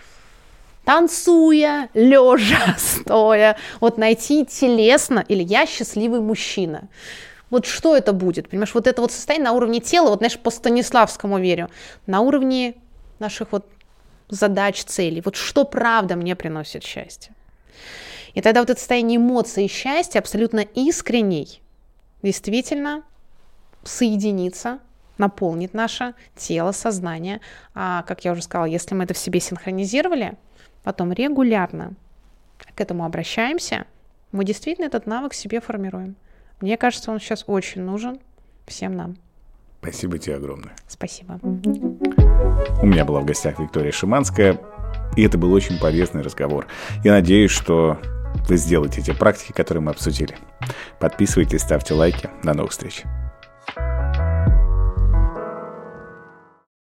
Speaker 2: Танцуя, лежа, стоя. Вот найти телесно, или я счастливый мужчина. Вот что это будет? Понимаешь, вот это вот состояние на уровне тела, вот, знаешь, по Станиславскому верю, на уровне наших вот задач, целей. Вот что правда мне приносит счастье? И тогда вот это состояние эмоций и счастья абсолютно искренней действительно соединится, наполнит наше тело, сознание. А, как я уже сказала, если мы это в себе синхронизировали, потом регулярно к этому обращаемся, мы действительно этот навык себе формируем. Мне кажется, он сейчас очень нужен всем нам.
Speaker 1: Спасибо тебе огромное.
Speaker 2: Спасибо.
Speaker 1: У меня была в гостях Виктория Шиманская, и это был очень полезный разговор. Я надеюсь, что вы сделаете те практики, которые мы обсудили. Подписывайтесь, ставьте лайки. До новых встреч.